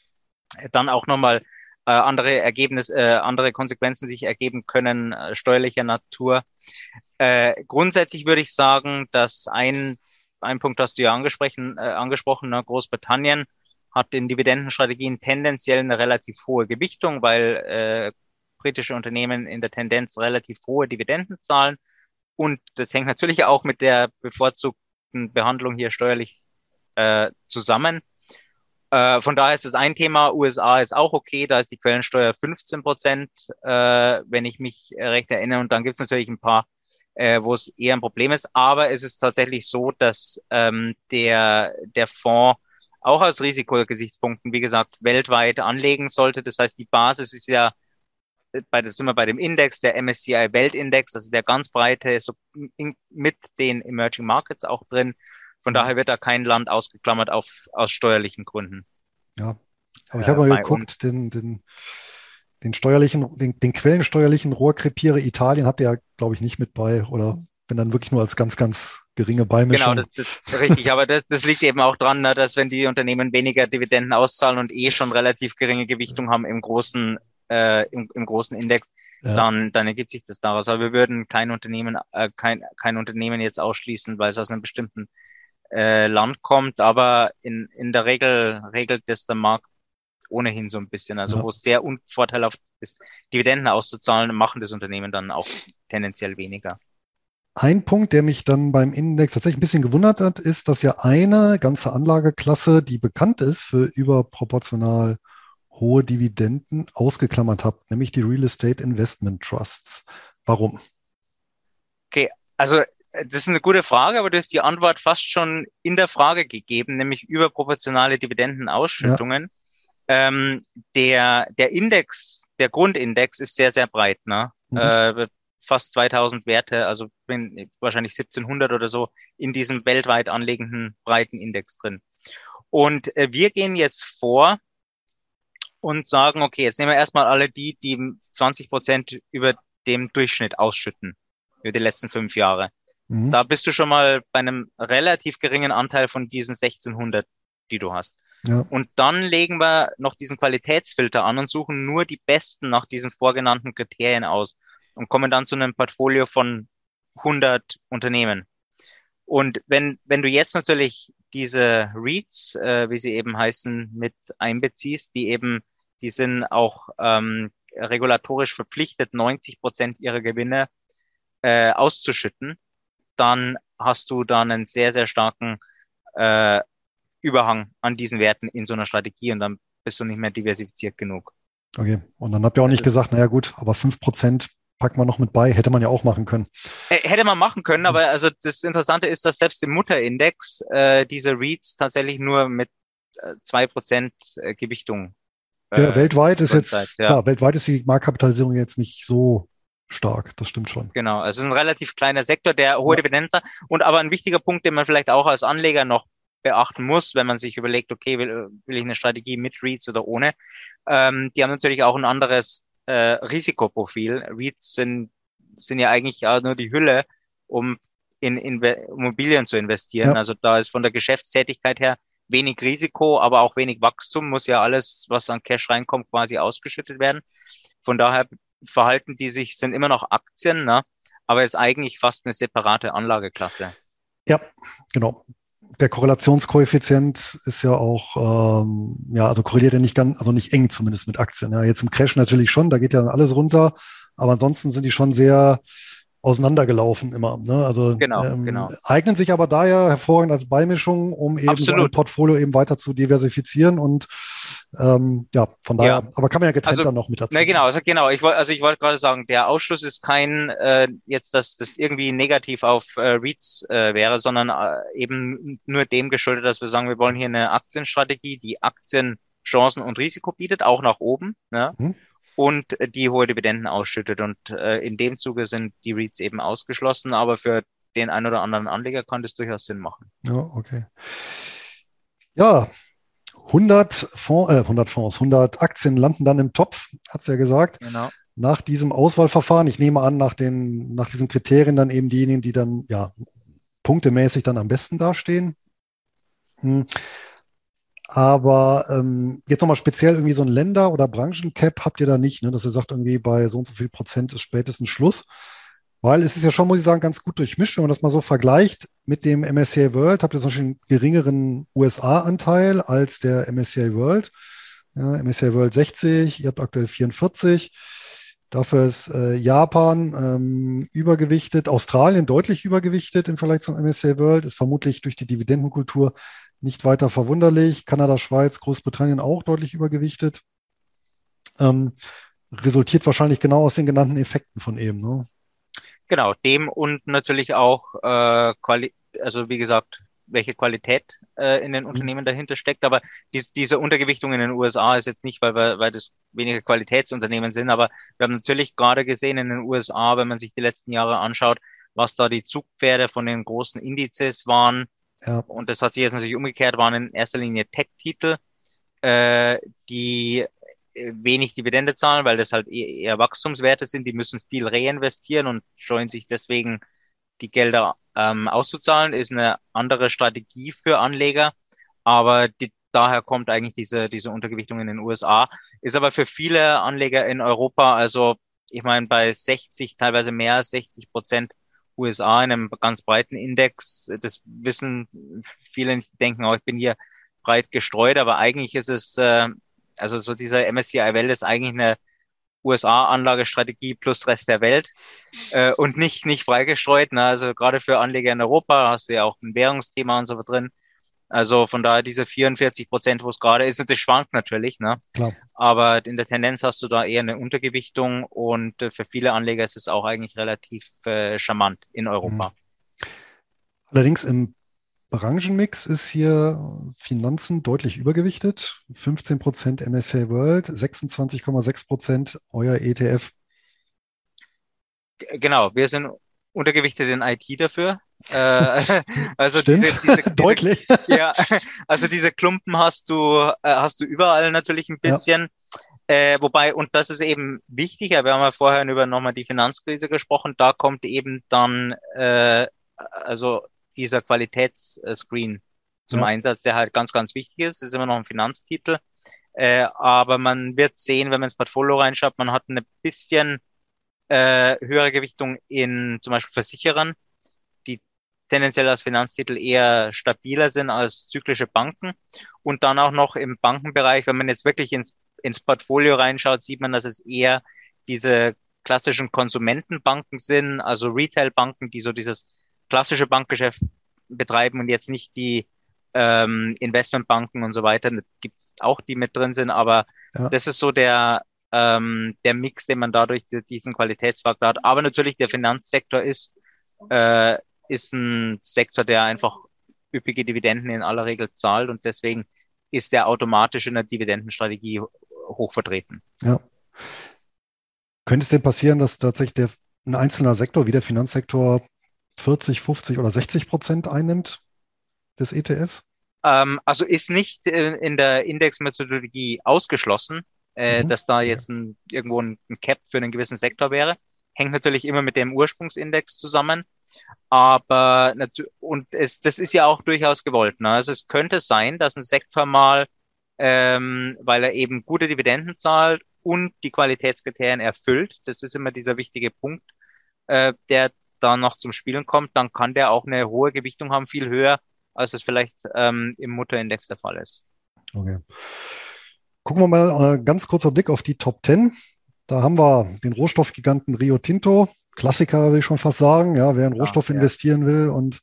dann auch nochmal äh, andere Ergebnisse, äh, andere Konsequenzen sich ergeben können, äh, steuerlicher Natur. Äh, grundsätzlich würde ich sagen, dass ein, ein Punkt hast du ja angesprochen, äh, angesprochen, ne? Großbritannien hat in Dividendenstrategien tendenziell eine relativ hohe Gewichtung, weil äh, britische Unternehmen in der Tendenz relativ hohe Dividenden zahlen. Und das hängt natürlich auch mit der bevorzugten Behandlung hier steuerlich äh, zusammen. Äh, von daher ist es ein Thema. U S A ist auch okay, da ist die Quellensteuer fünfzehn Prozent, äh, wenn ich mich recht erinnere. Und dann gibt es natürlich ein paar, äh, wo es eher ein Problem ist. Aber es ist tatsächlich so, dass ähm, der, der Fonds auch aus Risikogesichtspunkten, wie gesagt, weltweit anlegen sollte. Das heißt, die Basis ist ja, bei, das sind wir bei dem Index, der M S C I Weltindex, also der ganz breite, so in, mit den Emerging Markets auch drin. Von Hm. daher wird da kein Land ausgeklammert auf, aus steuerlichen Gründen Ja, aber ich äh, habe mal bei uns. geguckt, den, den, den steuerlichen, den, den quellensteuerlichen Rohrkrepierer Italien habt ihr ja, glaube ich, nicht mit bei, oder wenn dann wirklich nur als ganz, ganz geringe Genau, Beimischung. das, das richtig. Aber das, das liegt eben auch dran, ne, dass wenn die Unternehmen weniger Dividenden auszahlen und eh schon relativ geringe Gewichtung haben im großen, äh, im, im großen Index, Ja, dann, dann ergibt sich das daraus. Aber wir würden kein Unternehmen, äh, kein, kein Unternehmen jetzt ausschließen, weil es aus einem bestimmten äh, Land kommt. Aber in, in der Regel regelt das der Markt ohnehin so ein bisschen. Also ja. wo es sehr unvorteilhaft ist, Dividenden auszuzahlen, machen das Unternehmen dann auch tendenziell weniger. Ein Punkt, der mich dann beim Index tatsächlich ein bisschen gewundert hat, ist, dass ja eine ganze Anlageklasse, die bekannt ist für überproportional hohe Dividenden ausgeklammert habt, nämlich die Real Estate Investment Trusts. Warum? Okay, also äh, das ist eine gute Frage, aber du hast die Antwort fast schon in der Frage gegeben, nämlich überproportionale Ja. Dividendenausschüttungen. Ähm, der, der Index, der Grundindex ist sehr, sehr breit, ne? Mhm. Äh, fast zweitausend Werte, also bin wahrscheinlich siebzehnhundert oder so in diesem weltweit anlegenden breiten Index drin. Und äh, wir gehen jetzt vor und sagen, okay, jetzt nehmen wir erstmal alle die, die zwanzig Prozent über dem Durchschnitt ausschütten, über die letzten fünf Jahre. Mhm. Da bist du schon mal bei einem relativ geringen Anteil von diesen sechzehnhundert, die du hast. Ja. Und dann legen wir noch diesen Qualitätsfilter an und suchen nur die besten nach diesen vorgenannten Kriterien aus und kommen dann zu einem Portfolio von hundert Unternehmen. Und wenn, wenn du jetzt natürlich diese REITs, äh, wie sie eben heißen, mit einbeziehst, die eben, die sind auch ähm, regulatorisch verpflichtet, neunzig Prozent ihrer Gewinne äh, auszuschütten, dann hast du dann einen sehr, sehr starken äh, Überhang an diesen Werten in so einer Strategie und dann bist du nicht mehr diversifiziert genug. Okay. Und dann habt ihr auch Das nicht ist, gesagt, naja gut, aber fünf Prozent packen wir noch mit bei, hätte man ja auch machen können. äh, hätte man machen können, aber also das Interessante ist, dass selbst im Mutterindex äh, diese REITs tatsächlich nur mit äh, zwei Prozent äh, Gewichtung Ja, äh, weltweit ist drin seid. jetzt, Ja, klar, weltweit ist die Marktkapitalisierung jetzt nicht so stark, das stimmt schon. genau. Also es ist ein relativ kleiner Sektor, der hohe Ja. Dividenden hat. Und aber ein wichtiger Punkt, den man vielleicht auch als Anleger noch beachten muss, wenn man sich überlegt, okay, will, will ich eine Strategie mit REITs oder ohne? Ähm, die haben natürlich auch ein anderes äh, Risikoprofil. REITs sind, sind ja eigentlich ja nur die Hülle, um in, in Immobilien zu investieren. Ja. Also da ist von der Geschäftstätigkeit her wenig Risiko, aber auch wenig Wachstum, muss ja alles, was an Cash reinkommt, quasi ausgeschüttet werden. Von daher verhalten die sich, sind immer noch Aktien, ne? Aber ist eigentlich fast eine separate Anlageklasse. Ja, genau. Der Korrelationskoeffizient ist ja auch, ähm, ja, also korreliert ja nicht ganz, also nicht eng zumindest mit Aktien. Ja, jetzt im Crash natürlich schon, da geht ja dann alles runter, aber ansonsten sind die schon sehr auseinandergelaufen immer. Ne? Also Genau, ähm, genau. eignen sich aber daher hervorragend als Beimischung, um eben so ein Absolut. Portfolio eben weiter zu diversifizieren und ähm, ja, von Ja. daher, aber kann man ja getrennt Also, dann noch mit dazu na genau, nehmen. also genau. Ich wollte, also ich wollte gerade sagen, der Ausschluss ist kein äh, jetzt, dass das irgendwie negativ auf äh, REITs äh, wäre, sondern äh, eben nur dem geschuldet, dass wir sagen, wir wollen hier eine Aktienstrategie, die Aktien Chancen und Risiko bietet, auch nach oben, ne? Hm? Und äh, die hohe Dividenden ausschüttet. Und äh, in dem Zuge sind die REITs eben ausgeschlossen, aber für den einen oder anderen Anleger kann das durchaus Sinn machen. Ja, okay. Ja, hundert Fonds, äh, hundert Fonds, hundert Aktien landen dann im Topf, hat es ja gesagt. Genau. Nach diesem Auswahlverfahren, ich nehme an, nach den, nach diesen Kriterien dann eben diejenigen, die dann ja punktemäßig dann am besten dastehen. Hm. Aber ähm, jetzt nochmal speziell irgendwie so ein Länder- oder Branchencap habt ihr da nicht, ne? Dass ihr sagt, irgendwie bei so und so viel Prozent ist spätestens Schluss. Weil es ist ja schon, muss ich sagen, ganz gut durchmischt, wenn man das mal so vergleicht mit dem M S C I World, habt ihr zum Beispiel einen geringeren U S A-Anteil als der M S C I World. Ja, M S C I World sechzig, ihr habt aktuell vierundvierzig. Dafür ist äh, Japan ähm, übergewichtet, Australien deutlich übergewichtet im Vergleich zum M S C I World, ist vermutlich durch die Dividendenkultur nicht weiter verwunderlich. Kanada, Schweiz, Großbritannien auch deutlich übergewichtet. Ähm, resultiert wahrscheinlich genau aus den genannten Effekten von eben. Ne? Genau, dem und natürlich auch äh, Quali also wie gesagt, welche Qualität äh, in den Hm. Unternehmen dahinter steckt. Aber dies, diese Untergewichtung in den U S A ist jetzt nicht, weil wir, weil das weniger Qualitätsunternehmen sind, aber wir haben natürlich gerade gesehen in den U S A, wenn man sich die letzten Jahre anschaut, was da die Zugpferde von den großen Indizes waren. Ja, Und das hat sich jetzt natürlich umgekehrt, waren in erster Linie Tech-Titel, äh, die äh, wenig Dividende zahlen, weil das halt e- eher Wachstumswerte sind. Die müssen viel reinvestieren und scheuen sich deswegen die Gelder ähm, auszuzahlen. Ist eine andere Strategie für Anleger, aber die, daher kommt eigentlich diese diese Untergewichtung in den U S A. Ist aber für viele Anleger in Europa, also ich meine bei sechzig, teilweise mehr als sechzig Prozent U S A in einem ganz breiten Index. Das wissen viele nicht, die denken, oh, ich bin hier breit gestreut, aber eigentlich ist es, äh, also so dieser M S C I Welt ist eigentlich eine U S A-Anlagestrategie plus Rest der Welt äh, und nicht nicht freigestreut. Ne? Also gerade für Anleger in Europa hast du ja auch ein Währungsthema und so drin. Also von daher diese vierundvierzig Prozent, wo es gerade ist, das schwankt natürlich, ne? Klar. Aber in der Tendenz hast du da eher eine Untergewichtung und äh, für viele Anleger ist es auch eigentlich relativ äh, charmant in Mhm. Europa. Allerdings im Branchenmix ist hier Finanzen deutlich übergewichtet. fünfzehn Prozent M S C I World, sechsundzwanzig Komma sechs Prozent euer E T F. G- Genau, wir sind untergewichtet in I T dafür. Äh, also Stimmt, diese, diese, diese, deutlich. ja, also diese Klumpen hast du, äh, hast du überall natürlich ein Ja, bisschen. Äh, wobei, und das ist eben wichtiger, wir haben ja vorher über nochmal die Finanzkrise gesprochen, da kommt eben dann äh, also dieser Qualitätsscreen zum ja, Einsatz, der halt ganz, ganz wichtig ist. Das ist immer noch ein Finanztitel. Äh, aber man wird sehen, wenn man ins Portfolio reinschaut, man hat eine bisschen äh, höhere Gewichtung in zum Beispiel Versicherern, die tendenziell als Finanztitel eher stabiler sind als zyklische Banken. Und dann auch noch im Bankenbereich, wenn man jetzt wirklich ins, ins Portfolio reinschaut, sieht man, dass es eher diese klassischen Konsumentenbanken sind, also Retailbanken, die so dieses klassische Bankgeschäft betreiben und jetzt nicht die ähm, Investmentbanken und so weiter. Da gibt's auch, die mit drin sind, aber ja. das ist so der, ähm, der Mix, den man dadurch diesen Qualitätsfaktor hat. Aber natürlich der Finanzsektor ist äh, ist ein Sektor, der einfach üppige Dividenden in aller Regel zahlt und deswegen ist der automatisch in der Dividendenstrategie hoch vertreten. Ja. Könnte es denn passieren, dass tatsächlich der, ein einzelner Sektor wie der Finanzsektor vierzig, fünfzig oder sechzig Prozent einnimmt des E T Fs? Ähm, also ist nicht äh, in der Indexmethodologie ausgeschlossen, äh, Mhm. dass da Okay. jetzt ein, irgendwo ein, ein Cap für einen gewissen Sektor wäre. Hängt natürlich immer mit dem Ursprungsindex zusammen. Aber natu- und es, das ist ja auch durchaus gewollt. Ne? Also es könnte sein, dass ein Sektor mal, ähm, weil er eben gute Dividenden zahlt und die Qualitätskriterien erfüllt, das ist immer dieser wichtige Punkt, äh, der da noch zum Spielen kommt, dann kann der auch eine hohe Gewichtung haben, viel höher, als es vielleicht ähm, im Mutterindex der Fall ist. Okay. Gucken wir mal, äh, ganz kurzer Blick auf die Top zehn. Da haben wir den Rohstoffgiganten Rio Tinto, Klassiker will ich schon fast sagen, ja, wer in Klar, Rohstoff ja. investieren will und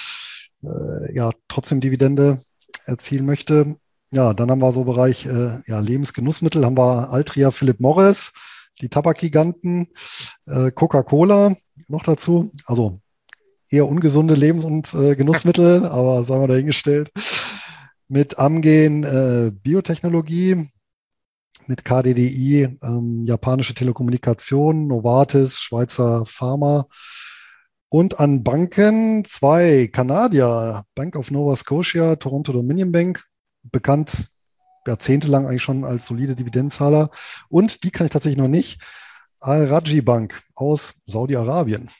äh, ja, trotzdem Dividende erzielen möchte. Ja, dann haben wir so Bereich äh, ja, Lebensgenussmittel, haben wir Altria, Philip Morris, die Tabakgiganten, äh, Coca-Cola noch dazu. Also eher ungesunde Lebens- und äh, Genussmittel, aber sagen wir dahingestellt. Mit Amgen äh, Biotechnologie, mit K D D I ähm, japanische Telekommunikation, Novartis, Schweizer Pharma und an Banken zwei Kanadier, Bank of Nova Scotia, Toronto Dominion Bank, bekannt jahrzehntelang eigentlich schon als solide Dividendenzahler. Und die kann ich tatsächlich noch nicht. Al-Rajhi Bank aus Saudi-Arabien.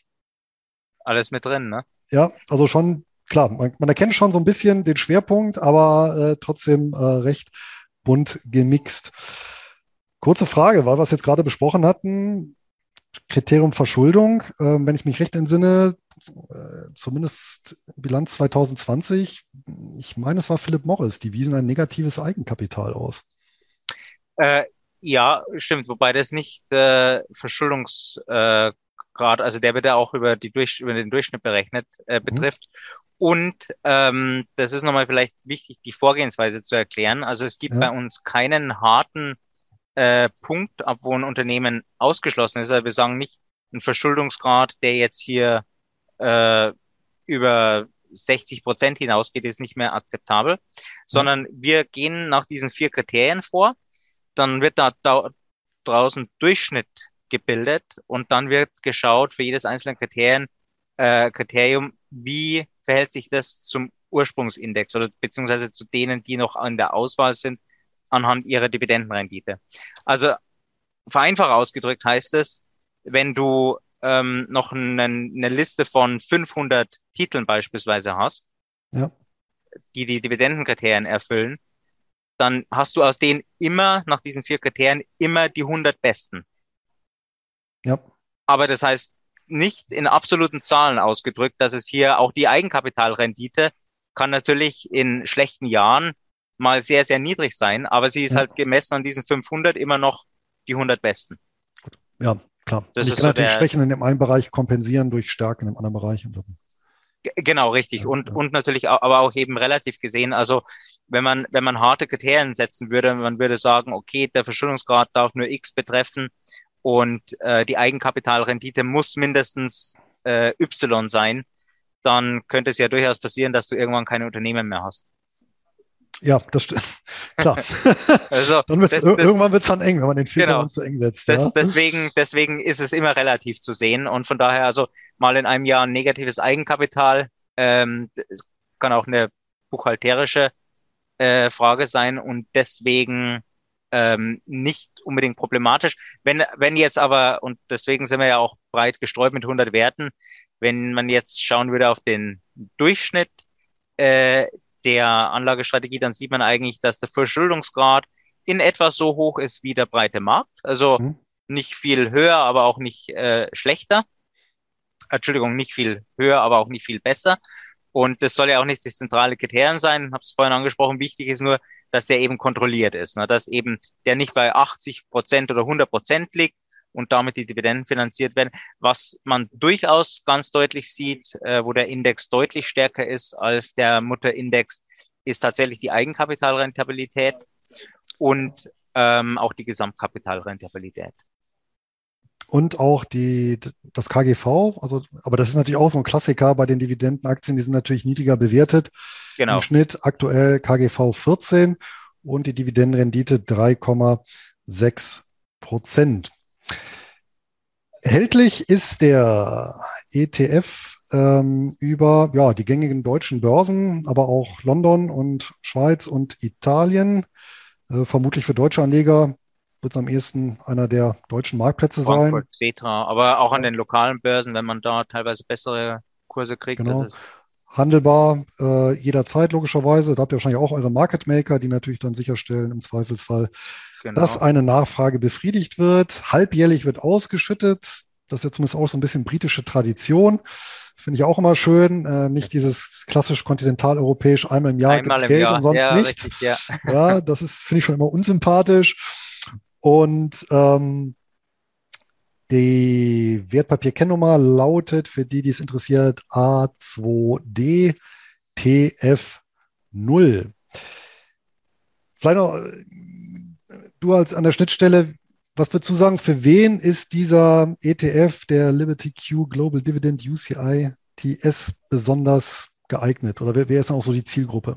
Alles mit drin, ne? Ja, also schon, klar, man, man erkennt schon so ein bisschen den Schwerpunkt, aber äh, trotzdem äh, recht bunt gemixt. Kurze Frage, weil wir es jetzt gerade besprochen hatten, Kriterium Verschuldung, äh, wenn ich mich recht entsinne, äh, zumindest Bilanz zwanzig zwanzig, ich meine, es war Philip Morris, die wiesen ein negatives Eigenkapital aus. Äh, ja, stimmt, wobei das nicht äh, Verschuldungsgrad, äh, Grad, also der wird ja auch über die durch, über den Durchschnitt berechnet, äh, Mhm. betrifft. Und ähm, das ist nochmal vielleicht wichtig, die Vorgehensweise zu erklären. Also es gibt bei Ja, uns keinen harten äh, Punkt, ab wo ein Unternehmen ausgeschlossen ist. Also wir sagen nicht ein Verschuldungsgrad, der jetzt hier äh, über sechzig Prozent hinausgeht, ist nicht mehr akzeptabel, ja, sondern wir gehen nach diesen vier Kriterien vor. Dann wird da, da draußen Durchschnitt gebildet und dann wird geschaut für jedes einzelne Kriterien, äh, Kriterium, wie verhält sich das zum Ursprungsindex oder beziehungsweise zu denen, die noch an der Auswahl sind, anhand ihrer Dividendenrendite. Also vereinfacht ausgedrückt heißt es, wenn du ähm, noch einen, eine Liste von fünfhundert Titeln beispielsweise hast, ja, die die Dividendenkriterien erfüllen, dann hast du aus denen immer, nach diesen vier Kriterien, immer die hundert besten. ja. Aber das heißt nicht in absoluten Zahlen ausgedrückt, dass es hier auch die Eigenkapitalrendite kann natürlich in schlechten Jahren mal sehr, sehr niedrig sein, aber sie ist Ja. halt gemessen an diesen fünfhundert immer noch die hundert besten. Ja, klar. Und Das ich ist kann so natürlich der, Schwächen in dem einen Bereich kompensieren durch Stärken im anderen Bereich. Und dann G- Genau, richtig. Ja, Und, ja. und natürlich auch, aber auch eben relativ gesehen. Also wenn man, wenn man harte Kriterien setzen würde, man würde sagen, okay, der Verschuldungsgrad darf nur X betreffen und äh, die Eigenkapitalrendite muss mindestens äh, Y sein, dann könnte es ja durchaus passieren, dass du irgendwann keine Unternehmen mehr hast. Ja, das stimmt. Klar. Also Dann wird's, das, ir- das, irgendwann wird es dann eng, wenn man den Filter genau. dann zu eng setzt, Das, ja. deswegen, deswegen ist es immer relativ zu sehen. Und von daher, also mal in einem Jahr ein negatives Eigenkapital, ähm, es kann auch eine buchhalterische äh, Frage sein und deswegen ähm, nicht unbedingt problematisch. Wenn, wenn jetzt aber, und deswegen sind wir ja auch breit gestreut mit hundert Werten, wenn man jetzt schauen würde auf den Durchschnitt äh, der Anlagestrategie, dann sieht man eigentlich, dass der Verschuldungsgrad in etwa so hoch ist wie der breite Markt. Also Hm? nicht viel höher, aber auch nicht äh, schlechter. Entschuldigung, nicht viel höher, aber auch nicht viel besser. Und das soll ja auch nicht das zentrale Kriterium sein. Ich habe es vorhin angesprochen. Wichtig ist nur, dass der eben kontrolliert ist, ne? Dass eben der nicht bei achtzig Prozent oder hundert Prozent liegt und damit die Dividenden finanziert werden. Was man durchaus ganz deutlich sieht, äh, wo der Index deutlich stärker ist als der Mutterindex, ist tatsächlich die Eigenkapitalrentabilität und ähm, auch die Gesamtkapitalrentabilität. Und auch die, das K G V, also, aber das ist natürlich auch so ein Klassiker bei den Dividendenaktien, die sind natürlich niedriger bewertet. Im Genau. Schnitt aktuell K G V vierzehn und die Dividendenrendite drei Komma sechs Prozent. Erhältlich ist der E T F ähm, über ja, die gängigen deutschen Börsen, aber auch London und Schweiz und Italien. Äh, vermutlich für deutsche Anleger wird es am ehesten einer der deutschen Marktplätze Frankfurt, sein. Xetra, aber auch an Ja, den lokalen Börsen, wenn man da teilweise bessere Kurse kriegt, das genau. ist Handelbar äh, jederzeit logischerweise. Da habt ihr wahrscheinlich auch eure Market Maker, die natürlich dann sicherstellen im Zweifelsfall, dass genau. eine Nachfrage befriedigt wird. Halbjährlich wird ausgeschüttet. Das ist ja zumindest auch so ein bisschen britische Tradition. Finde ich auch immer schön. Äh, nicht dieses klassisch kontinentaleuropäisch, einmal im Jahr gibt Einmal es im Geld und Jahr, sonst ja, nichts. richtig, ja. Ja, das ist, finde ich schon immer unsympathisch. Und ähm, die Wertpapierkennnummer lautet, für die, die es interessiert, A zwei D T F null. Vielleicht noch, äh, du als an der Schnittstelle, was würdest du sagen, für wen ist dieser E T F, der Liberty Q Global Dividend U C I T S, besonders geeignet? Oder wer, wer ist dann auch so die Zielgruppe?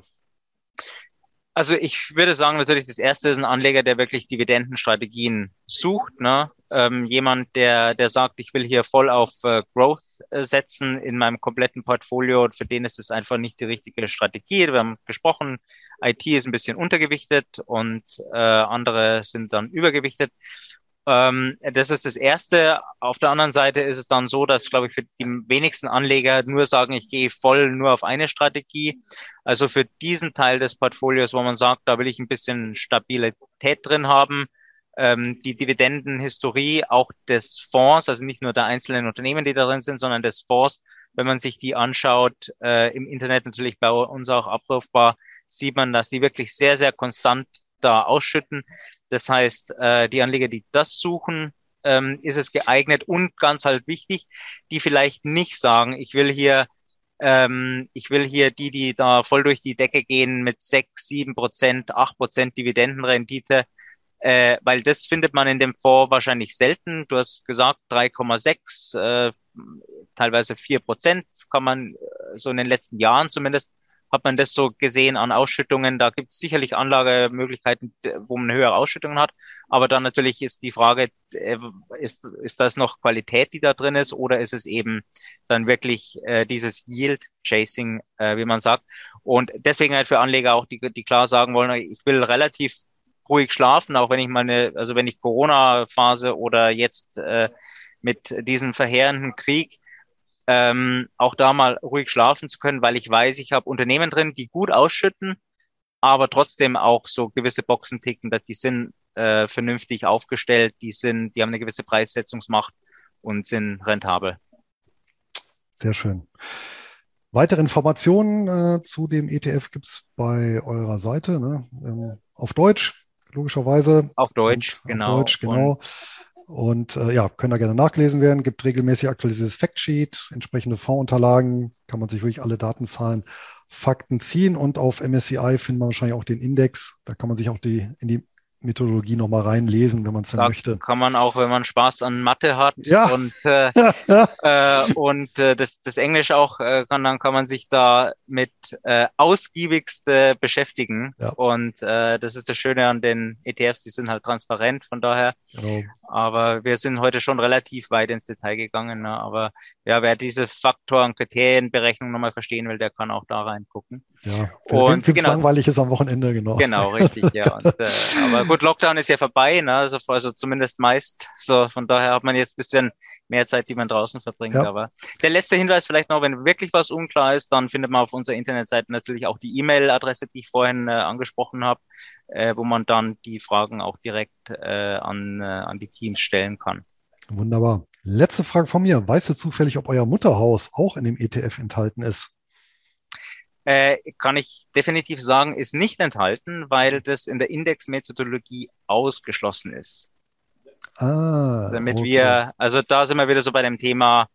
Also ich würde sagen, natürlich, das erste ist ein Anleger, der wirklich Dividendenstrategien sucht, ne? Ähm, jemand, der, der sagt, ich will hier voll auf äh, Growth äh, setzen in meinem kompletten Portfolio. Und für den ist es einfach nicht die richtige Strategie. Wir haben gesprochen, I T ist ein bisschen untergewichtet und äh, andere sind dann übergewichtet. Ähm, das ist das Erste. Auf der anderen Seite ist es dann so, dass, glaube ich, für die wenigsten Anleger nur sagen, ich gehe voll nur auf eine Strategie. Also für diesen Teil des Portfolios, wo man sagt, da will ich ein bisschen Stabilität drin haben, ähm, die Dividendenhistorie auch des Fonds, also nicht nur der einzelnen Unternehmen, die da drin sind, sondern des Fonds, wenn man sich die anschaut, äh, im Internet natürlich bei uns auch abrufbar, sieht man, dass die wirklich sehr, sehr konstant da ausschütten. Das heißt, äh, die Anleger, die das suchen, ähm, ist es geeignet und ganz halt wichtig, die vielleicht nicht sagen, ich will hier ähm, ich will hier die, die da voll durch die Decke gehen mit sechs, sieben Prozent, acht Prozent Dividendenrendite, äh, weil das findet man in dem Fonds wahrscheinlich selten. Du hast gesagt drei Komma sechs, äh, teilweise vier Prozent kann man äh, so in den letzten Jahren zumindest hat man das so gesehen an Ausschüttungen. Da gibt es sicherlich Anlagemöglichkeiten, d- wo man höhere Ausschüttungen hat. Aber dann natürlich ist die Frage, äh, ist, ist das noch Qualität, die da drin ist, oder ist es eben dann wirklich äh, dieses Yield Chasing, äh, wie man sagt. Und deswegen halt für Anleger auch, die, die klar sagen wollen, ich will relativ ruhig schlafen, auch wenn ich meine, also wenn ich Corona-Phase oder jetzt äh, mit diesem verheerenden Krieg ähm, auch da mal ruhig schlafen zu können, weil ich weiß, ich habe Unternehmen drin, die gut ausschütten, aber trotzdem auch so gewisse Boxen ticken, dass die sind äh, vernünftig aufgestellt, die sind, die haben eine gewisse Preissetzungsmacht und sind rentabel. Sehr schön. Weitere Informationen äh, zu dem E T F gibt es bei eurer Seite, ne? Ähm, auf Deutsch, logischerweise. Auf Deutsch, Und auf genau. Deutsch, Und genau. Und äh, ja, können da gerne nachgelesen werden. Gibt regelmäßig aktualisiertes Factsheet, entsprechende Fondsunterlagen, kann man sich wirklich alle Datenzahlen, Fakten ziehen. Und auf M S C I findet man wahrscheinlich auch den Index. Da kann man sich auch die, in die Methodologie nochmal reinlesen, wenn man es dann Da möchte. kann man auch, wenn man Spaß an Mathe hat Ja, und äh, äh, und äh, das, das Englisch auch äh, kann, dann kann man sich da mit äh, ausgiebigst äh, beschäftigen. ja, Und äh, das ist das Schöne an den E T Fs, die sind halt transparent, von daher. genau. Aber wir sind heute schon relativ weit ins Detail gegangen. Ne? Aber ja, wer diese Faktor- und Kriterienberechnung nochmal verstehen will, der kann auch da reingucken. Ja, wem Und es genau, langweilig ist am Wochenende, genau. genau, richtig, ja. Und, äh, aber gut, Lockdown ist ja vorbei, ne? Also, also zumindest meist. So, von daher hat man jetzt ein bisschen mehr Zeit, die man draußen verbringt. Ja, Aber der letzte Hinweis vielleicht noch, wenn wirklich was unklar ist, dann findet man auf unserer Internetseite natürlich auch die E-Mail-Adresse, die ich vorhin äh, angesprochen habe, äh, wo man dann die Fragen auch direkt äh, an, äh, an die Teams stellen kann. wunderbar. Letzte Frage von mir. Weißt du zufällig, ob euer Mutterhaus auch in dem E T F enthalten ist? Äh, kann ich definitiv sagen, ist nicht enthalten, weil das in der Indexmethodologie ausgeschlossen ist. Ah, Damit okay. wir, also da sind wir wieder so bei dem Thema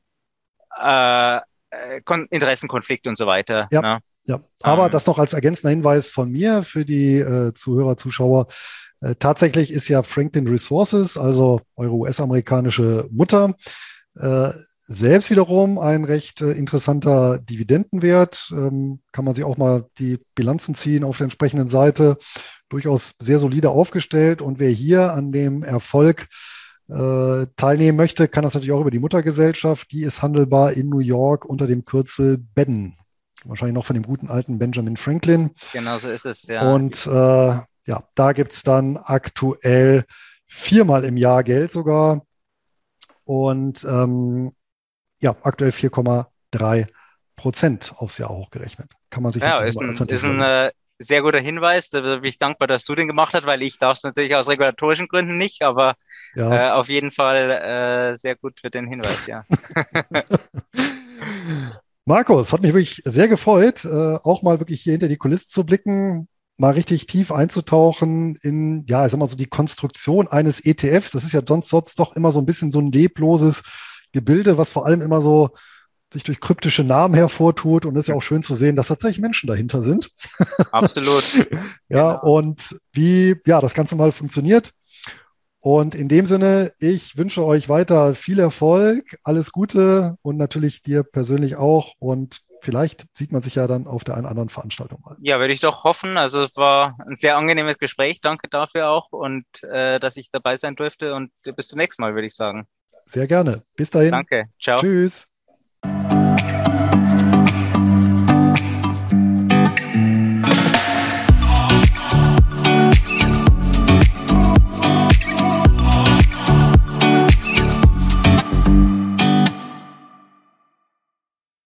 äh, äh, Kon Interessenkonflikt und so weiter. Ja, Ne? ja. Aber Ähm, das noch als ergänzender Hinweis von mir für die äh, Zuhörer, Zuschauer. Äh, tatsächlich ist ja Franklin Resources, also eure U S-amerikanische Mutter, äh, selbst wiederum ein recht äh, interessanter Dividendenwert. Ähm, kann man sich auch mal die Bilanzen ziehen auf der entsprechenden Seite. Durchaus sehr solide aufgestellt. Und wer hier an dem Erfolg äh, teilnehmen möchte, kann das natürlich auch über die Muttergesellschaft. Die ist handelbar in New York unter dem Kürzel Ben. Wahrscheinlich noch von dem guten alten Benjamin Franklin. genau so ist es, ja. Und äh, ja, da gibt es dann aktuell viermal im Jahr Geld sogar. Und ähm, ja, aktuell vier Komma drei Prozent aufs Jahr hochgerechnet. Kann man sich dann Ja, auch ist nochmal ein, ist alternativ ein überlegen. äh, sehr guter Hinweis. Da bin ich dankbar, dass du den gemacht hast, weil ich darf es natürlich aus regulatorischen Gründen nicht, aber Ja. äh, auf jeden Fall äh, sehr gut für den Hinweis, ja. Markus, hat mich wirklich sehr gefreut, äh, auch mal wirklich hier hinter die Kulissen zu blicken, mal richtig tief einzutauchen in, ja, ich sag mal so die Konstruktion eines E T Fs. Das ist ja sonst, sonst doch immer so ein bisschen so ein lebloses Gebilde, was vor allem immer so sich durch kryptische Namen hervortut. Und es ist ja auch schön zu sehen, dass tatsächlich Menschen dahinter sind. Absolut, Ja, genau. und wie, ja, das Ganze mal funktioniert. Und in dem Sinne, ich wünsche euch weiter viel Erfolg, alles Gute und natürlich dir persönlich auch. Und vielleicht sieht man sich ja dann auf der einen oder anderen Veranstaltung mal. Ja, würde ich doch hoffen. Also es war ein sehr angenehmes Gespräch. Danke dafür auch und äh, dass ich dabei sein durfte. Und bis zum nächsten Mal, würde ich sagen. Sehr gerne. Bis dahin. Danke. Ciao. Tschüss.